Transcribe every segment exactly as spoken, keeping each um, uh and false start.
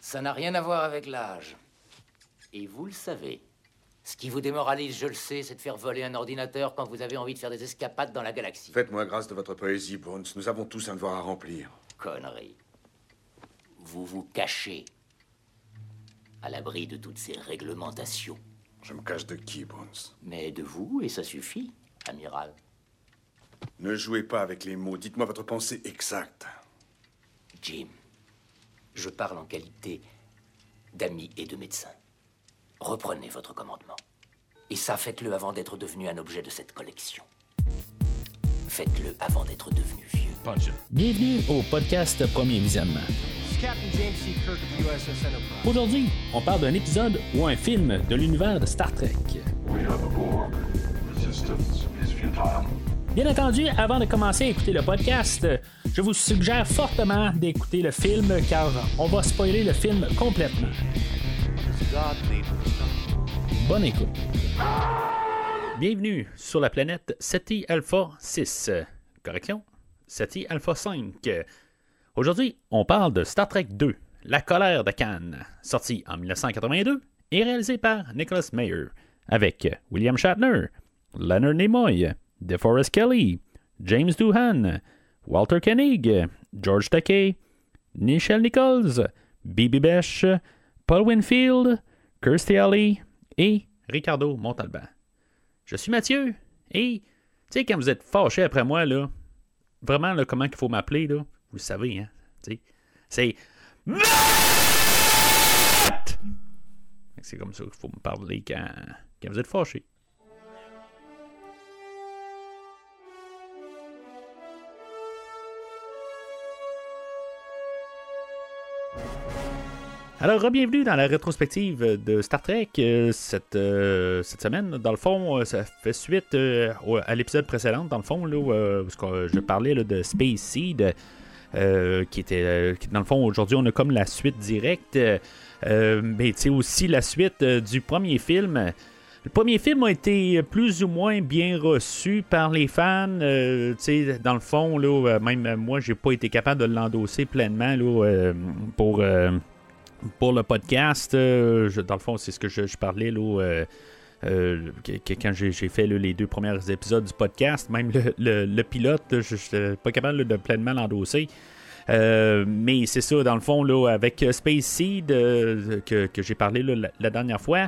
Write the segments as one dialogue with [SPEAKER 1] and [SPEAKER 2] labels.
[SPEAKER 1] Ça n'a rien à voir avec l'âge. Et vous le savez. Ce qui vous démoralise, je le sais, c'est de faire voler un ordinateur quand vous avez envie de faire des escapades dans la galaxie.
[SPEAKER 2] Faites-moi grâce de votre poésie, Bones. Nous avons tous un devoir à remplir.
[SPEAKER 1] Connerie. Vous vous cachez. À l'abri de toutes ces réglementations.
[SPEAKER 2] Je me cache de qui, Bones?
[SPEAKER 1] Mais de vous, et ça suffit, amiral.
[SPEAKER 2] Ne jouez pas avec les mots. Dites-moi votre pensée exacte.
[SPEAKER 1] Jim, je parle en qualité d'ami et de médecin. Reprenez votre commandement. Et ça, faites-le avant d'être devenu un objet de cette collection. Faites-le avant d'être devenu vieux.
[SPEAKER 3] Punch. Bienvenue au podcast Premier Visionnement. Aujourd'hui, on parle d'un épisode ou un film de l'univers de Star Trek. Bien entendu, avant de commencer à écouter le podcast, je vous suggère fortement d'écouter le film car on va spoiler le film complètement. Bonne écoute. Bienvenue sur la planète Ceti Alpha six. Correction, Ceti Alpha cinq. Aujourd'hui, on parle de Star Trek deux, La colère de Khan, sorti en dix-neuf cent quatre-vingt-deux et réalisé par Nicholas Meyer, avec William Shatner, Leonard Nimoy, DeForest Kelley, James Doohan, Walter Koenig, George Takei, Nichelle Nichols, Bibi Besh, Paul Winfield, Kirstie Alley et Ricardo Montalban. Je suis Mathieu et, tu sais, quand vous êtes fâché après moi, là, vraiment, là, comment il faut m'appeler, là, vous le savez, hein, tu sais, c'est... C'est comme ça qu'il faut me parler quand, quand vous êtes fâché. Alors, bienvenue dans la rétrospective de Star Trek euh, cette, euh, cette semaine. Dans le fond, ça fait suite euh, à l'épisode précédent, dans le fond, là, où, euh, parce que je parlais là, de Space Seed, euh, qui était, euh, qui, dans le fond, aujourd'hui, on a comme la suite directe, euh, mais tu sais, aussi la suite euh, du premier film. Le premier film a été plus ou moins bien reçu par les fans. Euh, dans le fond, là, même moi, j'ai pas été capable de l'endosser pleinement là, euh, pour... Euh, Pour le podcast, euh, je, dans le fond, c'est ce que je, je parlais là, euh, euh, que, que quand j'ai, j'ai fait là, les deux premiers épisodes du podcast, même le, le, le pilote, là, je n'étais pas capable là, de pleinement l'endosser. Euh, mais c'est ça, dans le fond, là, avec Space Seed, euh, que, que j'ai parlé là, la, la dernière fois,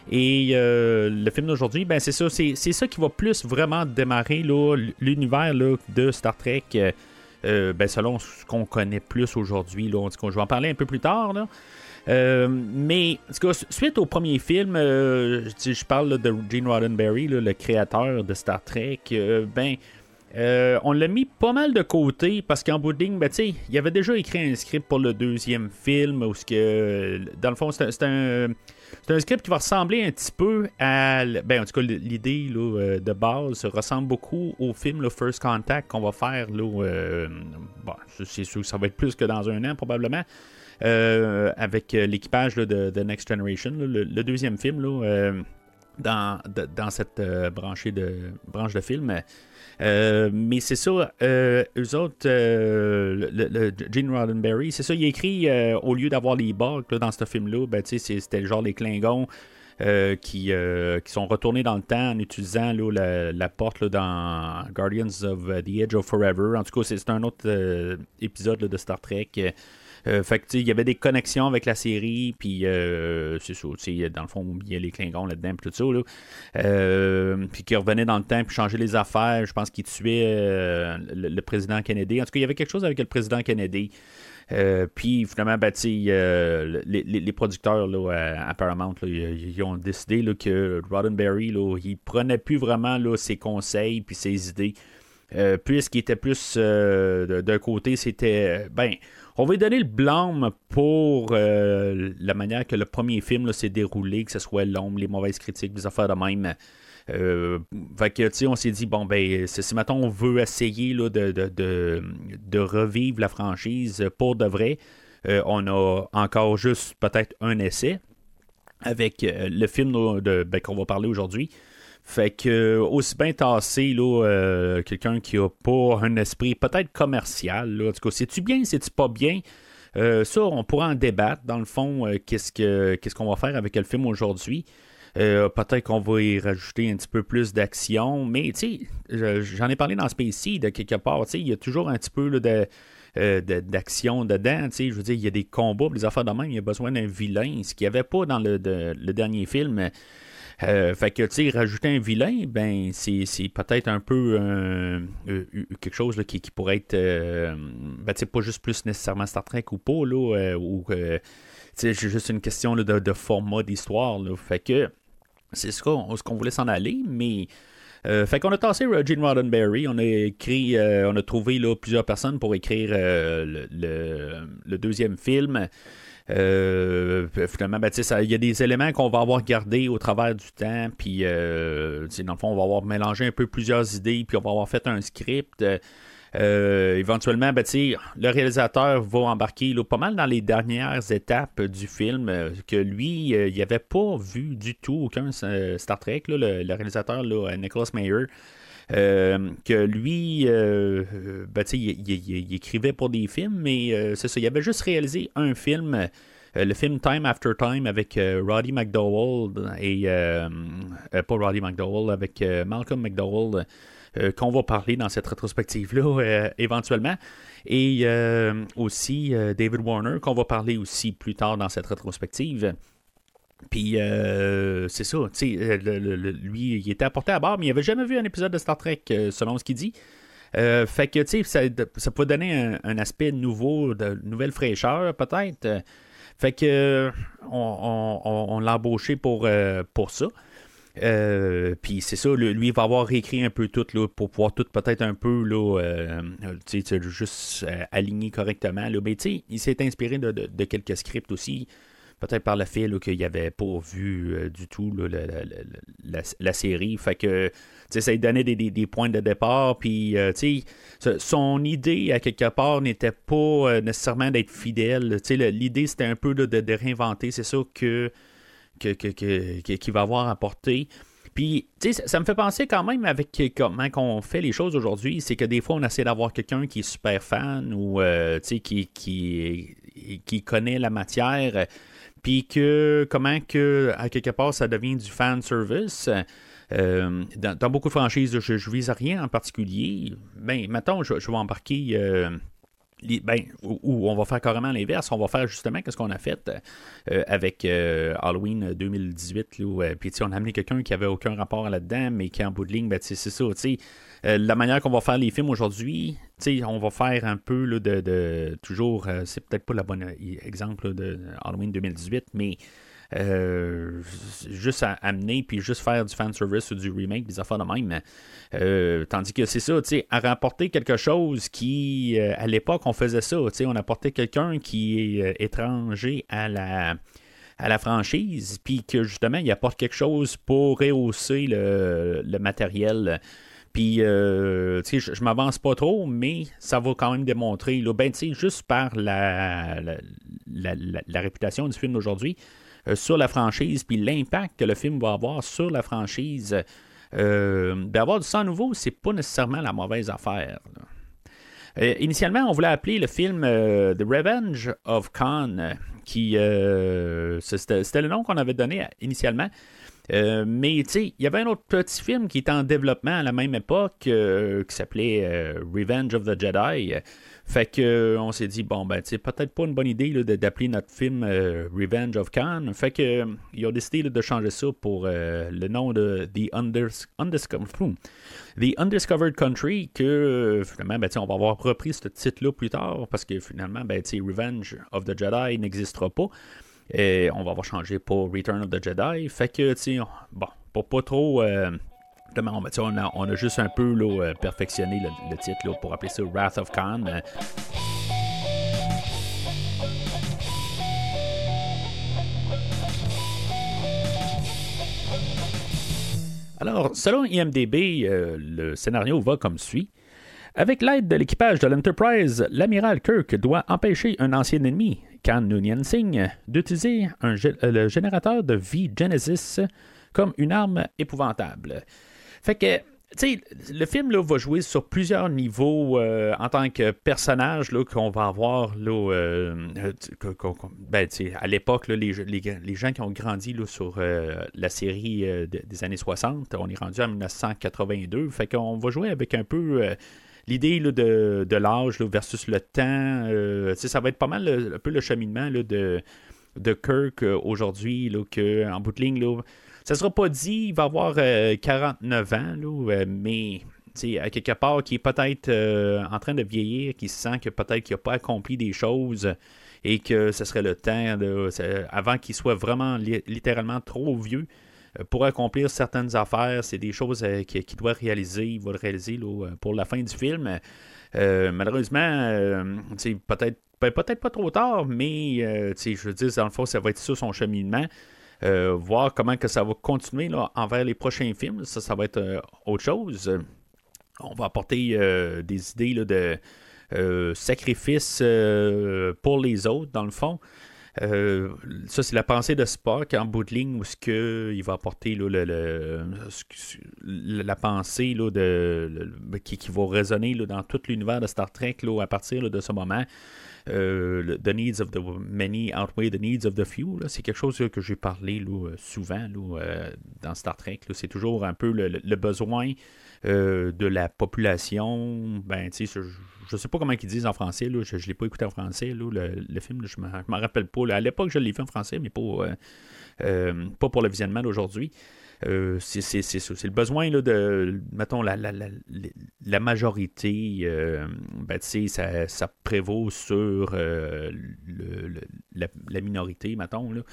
[SPEAKER 3] et euh, le film d'aujourd'hui, ben c'est ça, c'est, c'est ça qui va plus vraiment démarrer là, l'univers là, de Star Trek. Euh, ben selon ce qu'on connaît plus aujourd'hui, là, en tout cas, je vais en parler un peu plus tard, là. Euh, mais en tout cas, suite au premier film, euh, je, je parle là, de Gene Roddenberry, là, le créateur de Star Trek. Euh, ben, euh, on l'a mis pas mal de côté parce qu'en bout de ligne, ben, il avait déjà écrit un script pour le deuxième film où, que, dans le fond, c'est un, c'est un, c'est un script qui va ressembler un petit peu à. Ben, en tout cas, l'idée là, de base ressemble beaucoup au film là, First Contact qu'on va faire. Là, euh, bon, c'est sûr que ça va être plus que dans un an, probablement. Euh, avec l'équipage là, de, de Next Generation, là, le, le deuxième film là, euh, dans, de, dans cette euh, branchée de, branche de film. Euh, mais c'est ça, euh, eux autres, euh, le, le Gene Roddenberry, c'est ça, il a écrit, euh, au lieu d'avoir les Borg dans ce film-là, ben, c'était genre les Klingons euh, qui, euh, qui sont retournés dans le temps en utilisant là, la, la porte là, dans Guardians of the Edge of Forever. En tout cas, c'est, c'est un autre euh, épisode là, de Star Trek. Euh, fait que tu sais, il y avait des connexions avec la série, puis euh, c'est ça, tu sais, dans le fond, il y a les Klingons là-dedans, puis tout ça, là. Euh, puis qui revenaient dans le temps, puis changeaient les affaires. Je pense qu'ils tuaient euh, le, le président Kennedy. En tout cas, il y avait quelque chose avec le président Kennedy. Euh, puis finalement, ben, euh, les, les, les producteurs là, à, à Paramount, là, ils, ils ont décidé là, que Roddenberry, là, il prenait plus vraiment là, ses conseils puis ses idées. Euh, puisqu'il était plus euh, d'un côté, c'était ben, on va lui donner le blâme pour euh, la manière que le premier film là, s'est déroulé, que ce soit l'ombre, les mauvaises critiques, les affaires de même. Euh, fait que, tu sais, on s'est dit, bon, ben, si maintenant on veut essayer là, de, de, de, de revivre la franchise pour de vrai, euh, on a encore juste peut-être un essai avec euh, le film de, ben, qu'on va parler aujourd'hui. Fait que, aussi bien tasser là, euh, quelqu'un qui a pas un esprit peut-être commercial. Là. En tout cas, c'est-tu bien, c'est-tu pas bien? Euh, ça, on pourra en débattre, dans le fond, euh, qu'est-ce, que, qu'est-ce qu'on va faire avec le film aujourd'hui. Euh, peut-être qu'on va y rajouter un petit peu plus d'action, mais tu sais, j'en ai parlé dans Spacey de quelque part, tu sais, il y a toujours un petit peu là, de, euh, de, d'action dedans, tu sais, je veux dire, il y a des combats, des affaires de même, il y a besoin d'un vilain, ce qu'il n'y avait pas dans le, de, le dernier film. Euh, fait que, tu sais, rajouter un vilain, ben, c'est, c'est peut-être un peu euh, euh, quelque chose là, qui, qui pourrait être, euh, ben, tu sais, pas juste plus nécessairement Star Trek ou pas, là, euh, ou, euh, tu sais, c'est juste une question là, de, de format d'histoire, là. Fait que, c'est ce qu'on, ce qu'on voulait s'en aller, mais... Euh, fait qu'on a tassé Gene Roddenberry, on a écrit, euh, on a trouvé là, plusieurs personnes pour écrire euh, le, le, le deuxième film. Euh, finalement, ben, il y a des éléments qu'on va avoir gardés au travers du temps, puis euh, dans le fond, on va avoir mélangé un peu plusieurs idées, puis on va avoir fait un script. Euh, éventuellement, ben, le réalisateur va embarquer là, pas mal dans les dernières étapes du film, euh, que lui, euh, il n'avait pas vu du tout aucun euh, Star Trek, là, le, le réalisateur là, Nicholas Meyer. Euh, que lui, euh, ben, il, il, il, il écrivait pour des films, mais euh, c'est ça, il avait juste réalisé un film, euh, le film Time After Time avec euh, Roddy McDowall et euh, euh, pas Roddy McDowall, avec euh, Malcolm McDowell, euh, qu'on va parler dans cette rétrospective-là euh, éventuellement, et euh, aussi euh, David Warner, qu'on va parler aussi plus tard dans cette rétrospective. Puis, euh, c'est ça, tu sais, le, le, le, lui, il était apporté à bord, mais il n'avait jamais vu un épisode de Star Trek, euh, selon ce qu'il dit. Euh, fait que, tu sais, ça, ça peut donner un, un aspect nouveau, de nouvelle fraîcheur, peut-être. Fait que, on, on, on l'a embauché pour, euh, pour ça. Euh, puis c'est ça, lui, il va avoir réécrit un peu tout là, pour pouvoir tout peut-être un peu là, euh, tu sais, juste euh, aligner correctement. Là. Mais tu sais, il s'est inspiré de, de, de quelques scripts aussi. Peut-être par le fait là, qu'il n'avait pas vu euh, du tout là, la, la, la, la, la série. Fait que ça lui donnait des, des, des points de départ. Puis euh, son idée, à quelque part, n'était pas euh, nécessairement d'être fidèle. Le, l'idée, c'était un peu là, de, de réinventer. C'est ça que, que, que, que, que, qu'il va avoir apporté. Puis, tu sais, ça, ça me fait penser quand même avec comment on fait les choses aujourd'hui. C'est que des fois, on essaie d'avoir quelqu'un qui est super fan ou euh, qui, qui, qui connaît la matière. Puis que comment que à quelque part ça devient du fan service. Euh, dans, dans beaucoup de franchises, je, je vise à rien en particulier. Ben, mettons, je, je vais embarquer. Euh, les, ben, ou, ou on va faire carrément l'inverse. On va faire justement ce qu'on a fait euh, avec euh, Halloween deux mille dix-huit. Là, euh, puis on a amené quelqu'un qui avait aucun rapport là-dedans, mais qui en bout de ligne, ben, c'est ça. Tu sais. Euh, la manière qu'on va faire les films aujourd'hui, on va faire un peu là, de, de toujours, euh, c'est peut-être pas le bon exemple là, de Halloween deux mille dix-huit, mais euh, juste à amener puis juste faire du fanservice ou du remake, des affaires de même. Euh, tandis que c'est ça, à rapporter quelque chose qui, euh, à l'époque, on faisait ça. On apportait quelqu'un qui est euh, étranger à la à la franchise, puis que justement, il apporte quelque chose pour rehausser le, le matériel. Puis, euh, tu sais, je, je m'avance pas trop, mais ça va quand même démontrer, là, ben, tu sais, juste par la, la, la, la, la réputation du film d'aujourd'hui, euh, sur la franchise, puis l'impact que le film va avoir sur la franchise, euh, d'avoir du sang nouveau, c'est pas nécessairement la mauvaise affaire. Euh, initialement, on voulait appeler le film euh, The Revenge of Khan, qui, euh, c'était, c'était le nom qu'on avait donné initialement. Euh, mais tu sais, il y avait un autre petit film qui était en développement à la même époque euh, qui s'appelait euh, Revenge of the Jedi. Fait que euh, on s'est dit, bon, ben, tu sais, peut-être pas une bonne idée là, de, d'appeler notre film euh, Revenge of Khan. Fait que euh, ils ont décidé là, de changer ça pour euh, le nom de The, Undis- Undiscovered, The Undiscovered Country, que euh, finalement, ben, on va avoir repris ce titre-là plus tard parce que finalement, ben, Revenge of the Jedi n'existera pas. Et on va avoir changé pour Return of the Jedi. Fait que, tu sais, bon, pour pas trop. Euh, on, on, a, on a juste un peu là, perfectionné le, le titre là, pour appeler ça Wrath of Khan. Alors, selon I M D B, euh, le scénario va comme suit. Avec l'aide de l'équipage de l'Enterprise, l'amiral Kirk doit empêcher un ancien ennemi, Khan Noonien Singh, d'utiliser un, le générateur de vie Genesis comme une arme épouvantable. Fait que tu sais, le film là, va jouer sur plusieurs niveaux euh, en tant que personnage là, qu'on va avoir là, euh, qu'on, qu'on, ben, à l'époque, là, les, les, les gens qui ont grandi là, sur euh, la série euh, de, des années soixante, on est rendu en dix-neuf cent quatre-vingt-deux, fait qu'on va jouer avec un peu euh, l'idée là, de, de l'âge là, versus le temps. Euh, ça va être pas mal le, un peu le cheminement là, de, de Kirk euh, aujourd'hui, là, que, en bout de ligne, là, ça ne sera pas dit, il va avoir euh, quarante-neuf ans, là, euh, mais à quelque part, qui est peut-être euh, en train de vieillir, qui sent que peut-être qu'il n'a pas accompli des choses et que ce serait le temps, de, avant qu'il soit vraiment li- littéralement trop vieux euh, pour accomplir certaines affaires. C'est des choses euh, qu'il, qu'il doit réaliser, il va le réaliser là, pour la fin du film. Euh, malheureusement, euh, peut-être, ben, peut-être pas trop tard, mais euh, je veux dire, dans le fond, ça va être ça son cheminement. Euh, voir comment que ça va continuer là, envers les prochains films. Ça, ça va être euh, autre chose. On va apporter euh, des idées là, de euh, sacrifice euh, pour les autres, dans le fond. Euh, ça, c'est la pensée de Spock en bout de ligne où ce que il va apporter là, le, le, le, la pensée là, de, le, qui, qui va résonner là, dans tout l'univers de Star Trek là, à partir là, de ce moment. Euh, the needs of the many outweigh the needs of the few. Là. C'est quelque chose là, que j'ai parlé là, souvent là, euh, dans Star Trek. Là. C'est toujours un peu le, le besoin euh, de la population. Ben, tu sais, je ne sais pas comment ils disent en français. Là. Je ne l'ai pas écouté en français. Là, le, le film, là, je ne m'en rappelle pas. Là. À l'époque, je l'ai fait en français, mais pas, euh, euh, pas pour le visionnement d'aujourd'hui. Euh, c'est, c'est, c'est, c'est le besoin là, de, mettons, la, la, la, la majorité, euh, ben, tu sais, ça, ça prévaut sur euh, le, le, la, la minorité, mettons. Là.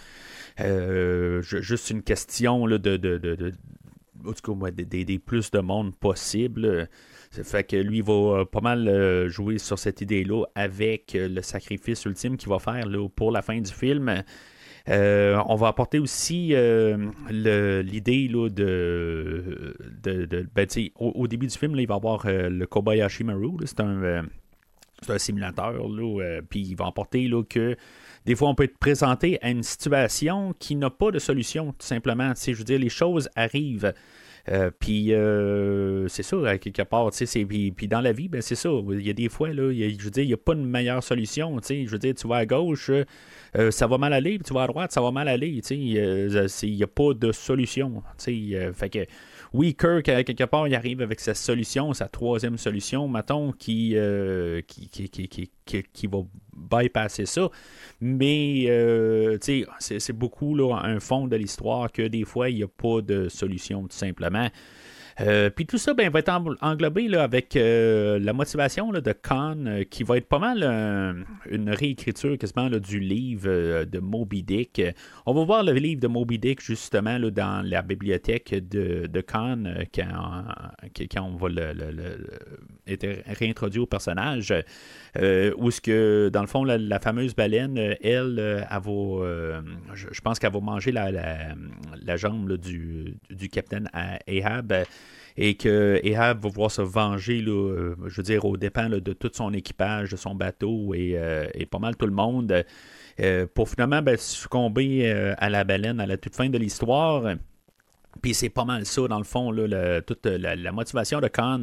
[SPEAKER 3] Euh, je, juste une question là, de, de, de, de, en tout cas, des, des plus de monde possible. Ça fait que lui, il va pas mal euh, jouer sur cette idée-là avec le sacrifice ultime qu'il va faire là, pour la fin du film. Euh, on va apporter aussi euh, le, l'idée là, de, de, de ben, au, au début du film, là, il va y avoir euh, le Kobayashi Maru. Là, c'est, un, euh, c'est un simulateur. Là, euh, puis il va apporter là, que des fois, on peut être présenté à une situation qui n'a pas de solution, tout simplement. Je veux dire, les choses arrivent. Euh, puis euh, c'est ça, à quelque part, tu sais, puis, puis dans la vie, ben c'est ça, il y a des fois, là, y a, je veux dire, il n'y a pas de meilleure solution, tu sais, je veux dire, tu vas à gauche, euh, ça va mal aller, puis tu vas à droite, ça va mal aller, tu sais, il euh, n'y a pas de solution, tu sais, euh, fait que, oui, Kirk, à quelque part, il arrive avec sa solution, sa troisième solution, mettons, qui, euh, qui, qui, qui, qui, qui, qui va bypasser ça, mais, euh, tu sais, c'est, c'est beaucoup, là, un fond de l'histoire que des fois, il n'y a pas de solution, tout simplement. Euh, Puis tout ça ben, va être englobé là, avec euh, la motivation là, de Khan, euh, qui va être pas mal euh, une réécriture quasiment là, du livre euh, de Moby Dick. On va voir le livre de Moby Dick justement là, dans la bibliothèque de, de Khan euh, quand, quand on va le, le, le, être réintroduit au personnage. Euh, où ce que, dans le fond, la, la fameuse baleine, elle, elle va, euh, je, je pense qu'elle va manger la, la, la jambe là, du, du capitaine Ahab. Et que Ahab va pouvoir se venger, là, je veux dire, aux dépens là, de tout son équipage, de son bateau et, euh, et pas mal tout le monde, euh, pour finalement ben, succomber euh, à la baleine à la toute fin de l'histoire. Puis c'est pas mal ça, dans le fond, là, la, toute la, la motivation de Khan,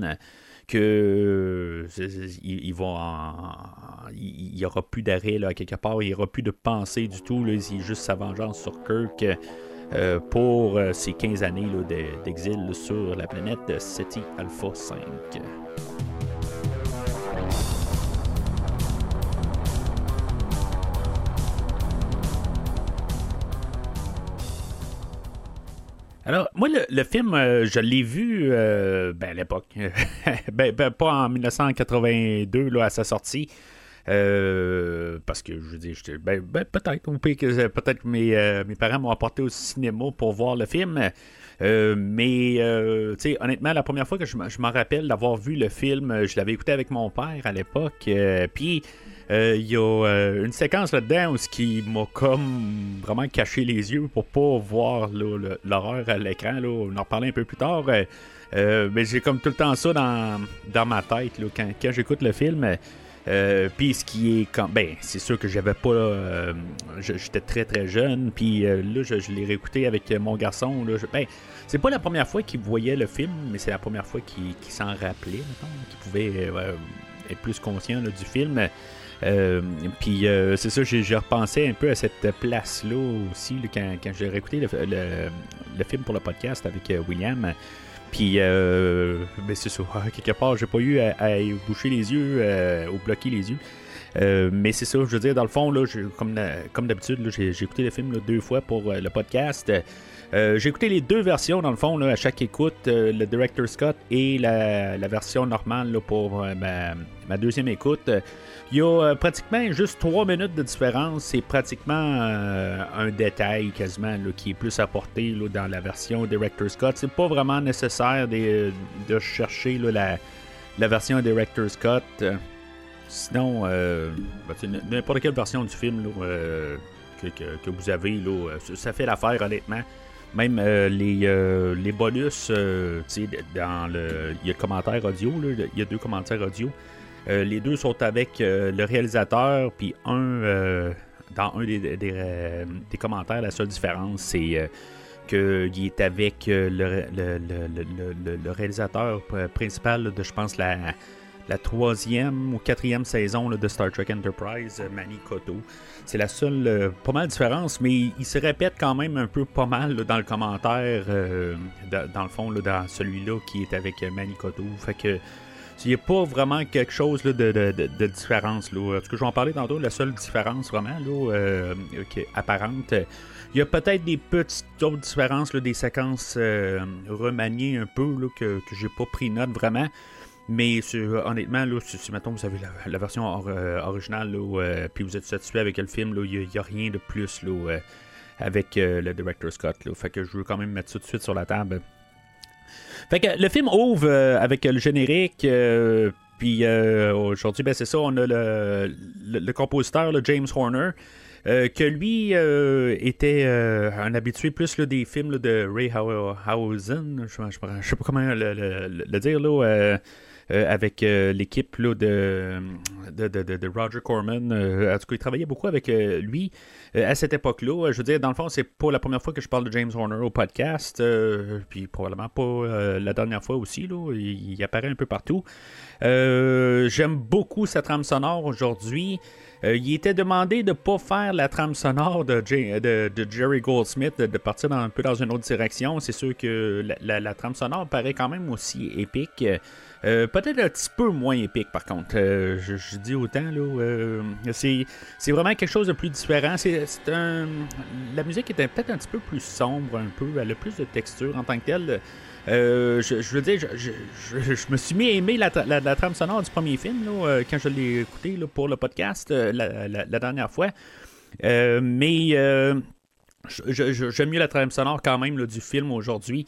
[SPEAKER 3] que euh, il, il va en, il n'y aura plus d'arrêt là, quelque part, il n'y aura plus de pensée du tout, là, c'est juste sa vengeance sur Kirk. Euh, pour euh, ces quinze années là, de, d'exil là, sur la planète de Ceti Alpha cinq. Alors, moi, le, le film, euh, je l'ai vu euh, ben, à l'époque. ben, ben, pas en dix-neuf cent quatre-vingt-deux, là, à sa sortie. Euh, parce que je veux dire, ben, ben, peut-être, ou que peut-être que mes, euh, mes parents m'ont apporté au cinéma pour voir le film. Euh, mais, euh, tu sais, honnêtement, la première fois que je, je m'en rappelle d'avoir vu le film, je l'avais écouté avec mon père à l'époque. Euh, Puis, il euh, y a euh, une séquence là-dedans où ce qui m'a comme vraiment caché les yeux pour pas voir là, le, l'horreur à l'écran. Là. On en reparlera un peu plus tard. Euh, mais j'ai comme tout le temps ça dans, dans ma tête là, quand, quand j'écoute le film. Euh, puis ce qui est quand ben c'est sûr que j'avais pas euh, j'étais très très jeune, puis euh, là je, je l'ai réécouté avec mon garçon là, je, ben c'est pas la première fois qu'il voyait le film, mais c'est la première fois qu'il, qu'il s'en rappelait, mettons, qu'il pouvait euh, être plus conscient là, du film. Euh, puis euh, c'est ça, j'ai, j'ai repensé un peu à cette place là aussi là, quand, quand j'ai réécouté le, le, le film pour le podcast avec euh, William. Puis, euh, ben c'est ça. Quelque part, j'ai pas eu à, à boucher les yeux euh, ou bloquer les yeux. Euh, mais c'est ça, je veux dire, dans le fond, là, j'ai, comme, comme d'habitude, là, j'ai, j'ai écouté le film là, deux fois pour euh, le podcast. Euh, j'ai écouté les deux versions, dans le fond, là, à chaque écoute, euh, le Director's Cut et la, la version normale là, pour euh, ma, ma deuxième écoute. Il y a euh, pratiquement juste trois minutes de différence. C'est pratiquement euh, un détail quasiment là, qui est plus apporté là, dans la version Director's Cut. C'est pas vraiment nécessaire de, de chercher là, la, la version Director's Cut. Euh, sinon, euh, ben, n'importe quelle version du film là, euh, que, que, que vous avez, là, ça fait l'affaire honnêtement. Même euh, les, euh, les bonus, euh, tu sais, dans le, il y a le commentaire audio, là, il y a deux commentaires audio. Euh, les deux sont avec euh, le réalisateur, puis un, euh, dans un des, des, des, euh, des commentaires, la seule différence, c'est euh, qu'il est avec euh, le, le, le, le, le réalisateur principal de, je pense, la, la troisième ou quatrième saison là, de Star Trek Enterprise, Manny Coto. C'est la seule, euh, pas mal différence, mais il se répète quand même un peu pas mal là, dans le commentaire, euh, de, dans le fond, là, dans celui-là qui est avec Manny Coto. Fait que il n'y a pas vraiment quelque chose là, de, de, de, de différence. Là. En tout cas, je vais en parler tantôt. La seule différence vraiment là, euh, qui est apparente. Il y a peut-être des petites autres différences, là, des séquences euh, remaniées un peu là, que, que j'ai pas pris note vraiment. Mais honnêtement, là, si, si mettons, vous avez la, la version or, euh, originale, là, euh, puis vous êtes satisfait avec le film, il n'y a, a rien de plus là, euh, avec euh, le Director's Cut. Là. Fait que je veux quand même mettre ça tout de suite sur la table. Fait que le film ouvre euh, avec le générique, euh, puis euh, aujourd'hui, ben c'est ça, on a le, le, le compositeur, le James Horner, euh, que lui euh, était euh, un habitué plus là, des films là, de Ray Harryhausen, je ne sais pas comment le, le, le dire, là, euh, euh, avec euh, l'équipe là, de, de, de, de Roger Corman. Euh, en tout cas, il travaillait beaucoup avec euh, lui. Euh, à cette époque-là, je veux dire, dans le fond, c'est pas la première fois que je parle de James Horner au podcast, euh, puis probablement pas euh, la dernière fois aussi, là, il, il apparaît un peu partout. Euh, j'aime beaucoup sa trame sonore aujourd'hui. Euh, il était demandé de ne pas faire la trame sonore de, J- de, de Jerry Goldsmith, de, de partir dans, un peu dans une autre direction. C'est sûr que la, la, la trame sonore paraît quand même aussi épique. Euh, peut-être un petit peu moins épique par contre. Euh, je, je dis autant là. Euh, c'est, c'est vraiment quelque chose de plus différent. C'est, c'est un, la musique est peut-être un petit peu plus sombre, un peu. Elle a plus de texture en tant que telle. Euh, je, je veux dire, je, je, je, je me suis mis à aimer la, la, la trame sonore du premier film là, euh, quand je l'ai écouté là, pour le podcast euh, la, la, la dernière fois. Euh, mais euh, je, je, j'aime mieux la trame sonore quand même là, du film aujourd'hui.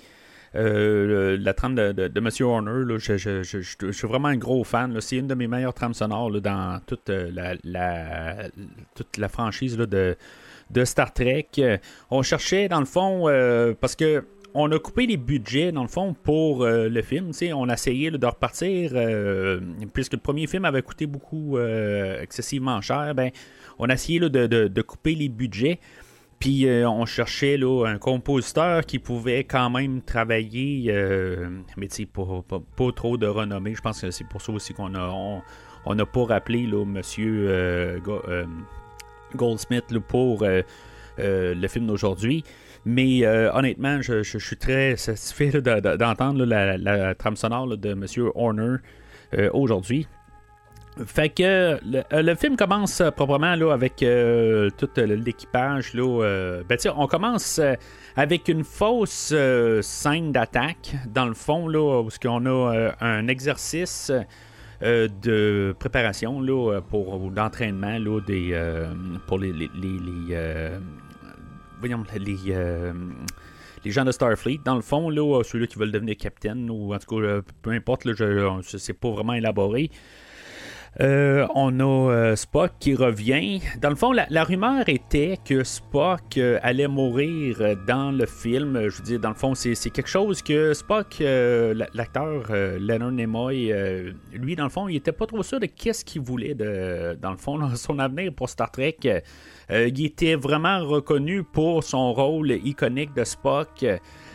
[SPEAKER 3] Euh, la trame de, de, de M. Horner, là, je, je, je, je, je suis vraiment un gros fan. Là. C'est une de mes meilleures trames sonores là, dans toute la, la, toute la franchise là, de, de Star Trek. On cherchait, dans le fond, euh, parce que on a coupé les budgets, dans le fond, pour euh, le film. T'sais, on a essayé là, de repartir, euh, puisque le premier film avait coûté beaucoup, euh, excessivement cher, ben, on a essayé là, de, de, de couper les budgets. Puis euh, on cherchait là, un compositeur qui pouvait quand même travailler, euh, mais tu sais, pas, pas, pas trop de renommée. Je pense que c'est pour ça aussi qu'on a on, on n'a pas rappelé là, Monsieur euh, Go, euh, Goldsmith là, pour euh, euh, le film d'aujourd'hui. Mais euh, honnêtement, je, je, je suis très satisfait là, de, de, d'entendre là, la, la trame sonore là, de Monsieur Horner euh, aujourd'hui. Fait que le, le film commence euh, proprement là, avec euh, tout euh, l'équipage. Là, euh, ben, on commence euh, avec une fausse euh, scène d'attaque, dans le fond, là, où on a euh, un exercice euh, de préparation là, pour d'entraînement là, des, euh, pour les, les, les, les, euh, voyons, les, euh, les gens de Starfleet. Dans le fond, là, ceux-là qui veulent devenir capitaine, ou en tout cas, peu importe, là, je, c'est pas vraiment élaboré. Euh, on a euh, Spock qui revient. Dans le fond, la, la rumeur était que Spock euh, allait mourir euh, dans le film. Je veux dire, dans le fond, c'est, c'est quelque chose que Spock, euh, l'acteur euh, Leonard Nimoy, euh, lui, dans le fond, il était pas trop sûr de qu'est-ce qu'il voulait, de, dans le fond, dans son avenir pour Star Trek. Euh, il était vraiment reconnu pour son rôle iconique de Spock.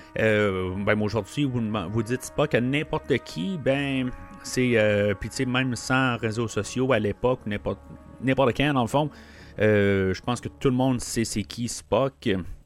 [SPEAKER 3] Euh, ben, aujourd'hui, vous, vous dites Spock à n'importe qui, ben... C'est, euh, puis tu sais, même sans réseaux sociaux à l'époque, n'importe, n'importe quand, dans le fond, euh, je pense que tout le monde sait c'est qui Spock.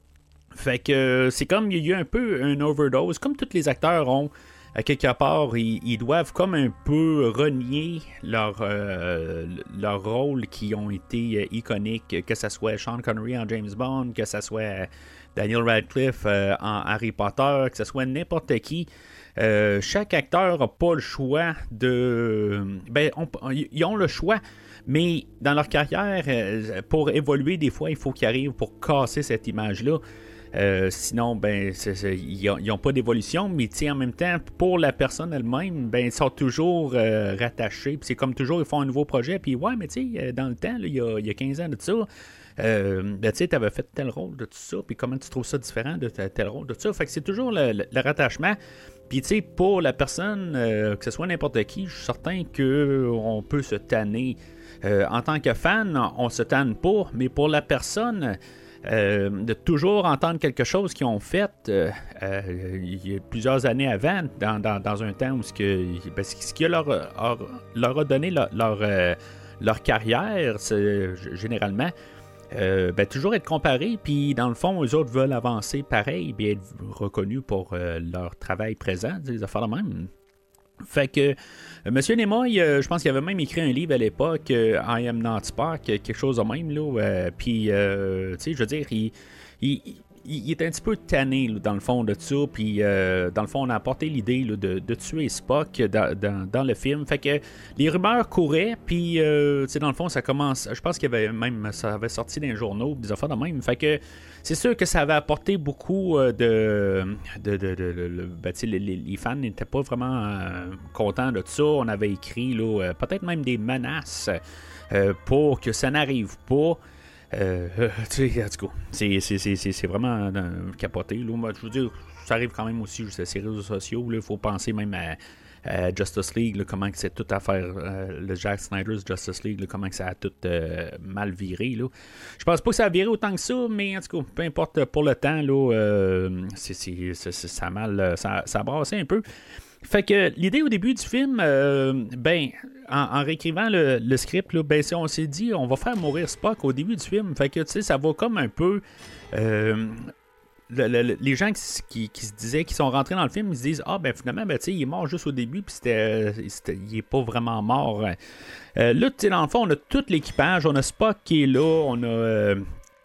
[SPEAKER 3] Fait que c'est comme, il y a eu un peu une overdose, comme tous les acteurs ont, à quelque part, ils, ils doivent comme un peu renier leur, euh, leur rôle qui ont été iconiques, que ce soit Sean Connery en James Bond, que ce soit Daniel Radcliffe euh, en Harry Potter, que ce soit n'importe qui. Euh, chaque acteur n'a pas le choix de... Ben, on, ils ont le choix, mais dans leur carrière, euh, pour évoluer, des fois, il faut qu'ils arrivent pour casser cette image-là. Euh, sinon, ben, c'est, c'est, ils n'ont pas d'évolution, mais en même temps, pour la personne elle-même, ben, ils sont toujours euh, rattachés. Puis c'est comme toujours, ils font un nouveau projet, puis ouais, mais tu sais, dans le temps, là, il, y a, il y a quinze ans de ça, euh, ben, tu sais, tu avais fait tel rôle de tout ça, puis comment tu trouves ça différent de tel rôle de tout ça. Fait que c'est toujours le, le, le rattachement. Puis, tu sais, pour la personne, euh, que ce soit n'importe qui, je suis certain qu'on peut se tanner. Euh, en tant que fan, on se tanne pas, mais pour la personne, euh, de toujours entendre quelque chose qu'ils ont fait euh, euh, il y a plusieurs années avant, dans, dans, dans un temps où ce, que, ben, ce qui leur, leur, leur a donné leur, leur, euh, leur carrière, c'est, généralement, Euh, ben, toujours être comparé, puis dans le fond, eux autres veulent avancer pareil, bien être reconnus pour euh, leur travail présent, des affaires de même. Fait que euh, M. Nimoy, euh, je pense qu'il avait même écrit un livre à l'époque, euh, I Am Not Spock, quelque chose de même, là. Euh, puis, euh, tu sais, je veux dire, il, il, il est un petit peu tanné, là, dans le fond de ça. Puis, euh, dans le fond, on a apporté l'idée là, de, de tuer Spock dans, dans, dans le film. Fait que les rumeurs couraient, puis, euh, tu sais, dans le fond, ça commence. Je pense qu'il y avait même. Ça avait sorti dans les journaux, des affaires de même. Fait que c'est sûr que ça avait apporté beaucoup de. de, de, de, de, de ben, tu sais, les, les fans n'étaient pas vraiment euh, contents de ça. On avait écrit, là, euh, peut-être même des menaces euh, pour que ça n'arrive pas. Euh, tu sais, en tout cas, c'est, c'est, c'est, c'est vraiment euh, capoté. Là. Moi, je veux dire, ça arrive quand même aussi sur ces réseaux sociaux. Il faut penser même à, à Justice League, là, comment que c'est tout à faire, euh, le Zack Snyder's Justice League, là, comment que ça a tout euh, mal viré. Là. Je pense pas que ça a viré autant que ça, mais en tout cas, peu importe pour le temps, là, euh, c'est, c'est, c'est, c'est, ça a mal, ça, ça a brassé un peu. Fait que l'idée au début du film, euh, ben, en, en réécrivant le, le script, là, ben, on s'est dit, on va faire mourir Spock au début du film. Fait que, tu sais, ça va comme un peu... Euh, le, le, les gens qui, qui, qui se disaient, qui sont rentrés dans le film, ils se disent, ah, ben, finalement, ben, tu sais, il est mort juste au début, puis c'était, c'était, il est pas vraiment mort. Euh, là, tu sais, dans le fond, on a tout l'équipage, on a Spock qui est là, on a... Euh,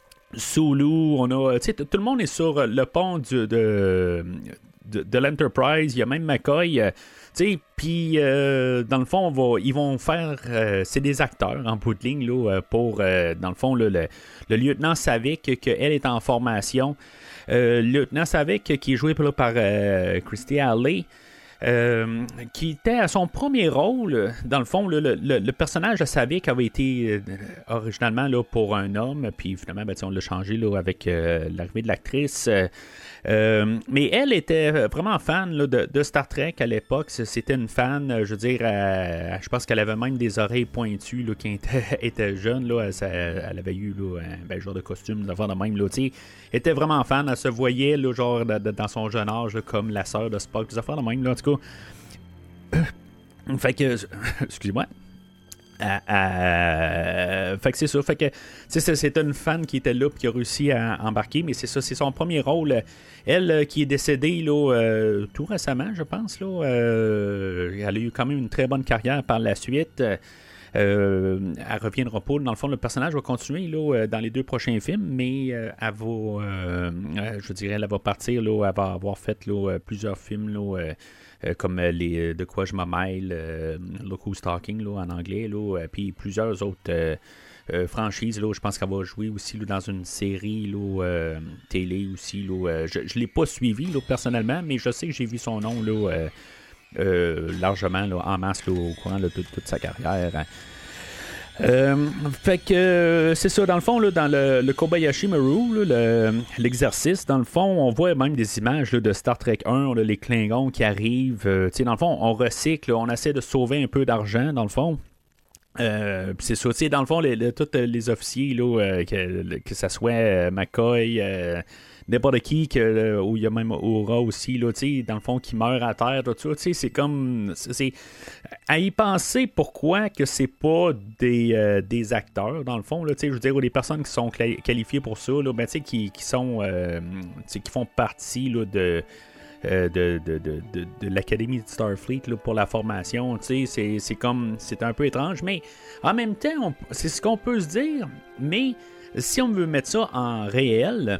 [SPEAKER 3] Sulu, on a... Tu sais, tout le monde est sur le pont du, de... De, de l'Enterprise, il y a même McCoy, euh, tu sais, puis euh, dans le fond, on va, ils vont faire, euh, c'est des acteurs en bout de ligne, là, pour, euh, dans le fond, là, le, le lieutenant Savick, qu'elle est en formation, euh, le lieutenant Savick qui est joué là, par euh, Christy Alley, Euh, qui était à son premier rôle. Dans le fond, le, le, le personnage de Savick avait été euh, originalement là, pour un homme, puis finalement, ben, on l'a changé là, avec euh, l'arrivée de l'actrice. Euh, mais elle était vraiment fan là, de, de Star Trek à l'époque. C'était une fan, je veux dire, euh, je pense qu'elle avait même des oreilles pointues là, quand elle était, était jeune. Là, elle, elle avait eu là, un ben, genre de costume, de même. Là, elle était vraiment fan. Elle se voyait là, genre, de, de, dans son jeune âge là, comme la sœur de Spock, des affaires de même. Là, en tout cas, fait que, excusez-moi. Euh, euh, fait que c'est ça. Fait que c'est, c'est une fan qui était là et qui a réussi à embarquer, mais c'est ça, c'est son premier rôle. Elle euh, qui est décédée là, euh, tout récemment, je pense. Là, euh, elle a eu quand même une très bonne carrière par la suite. Euh, elle reviendra pas. Dans le fond, le personnage va continuer là, dans les deux prochains films, mais euh, elle va, euh, je dirais, elle va partir. Là, elle va avoir fait là, plusieurs films. Là, euh, Euh, comme les De quoi je me mêle, euh, Look Who's Talking là, en anglais, là, euh, puis plusieurs autres euh, euh, franchises. Là, je pense qu'elle va jouer aussi là, dans une série là, euh, télé aussi. Là, euh, je ne l'ai pas suivi là, personnellement, mais je sais que j'ai vu son nom là, euh, euh, largement là, en masse là, au courant de toute, toute sa carrière. Hein. Euh, fait que euh, c'est ça, dans le fond, là, dans le, le Kobayashi Maru, là, le, l'exercice, dans le fond, on voit même des images là, de Star Trek un, là, les Klingons qui arrivent. Euh, dans le fond, on recycle, là, on essaie de sauver un peu d'argent, dans le fond. Euh, c'est ça, dans le fond, les, les, tous les officiers, là, euh, que, que ça soit euh, McCoy, euh, n'importe qui, que, où il y a même Aura aussi, là, dans le fond, qui meurt à terre, tout ça, c'est comme... c'est à y penser pourquoi que c'est pas des, euh, des acteurs, dans le fond, là, je veux dire, ou des personnes qui sont cla- qualifiées pour ça, là, ben, qui, qui sont... Euh, qui font partie là, de... Euh, de, de, de, de, de l'Académie de Starfleet là, pour la formation. C'est, c'est comme c'est un peu étrange, mais en même temps, on, c'est ce qu'on peut se dire. Mais si on veut mettre ça en réel,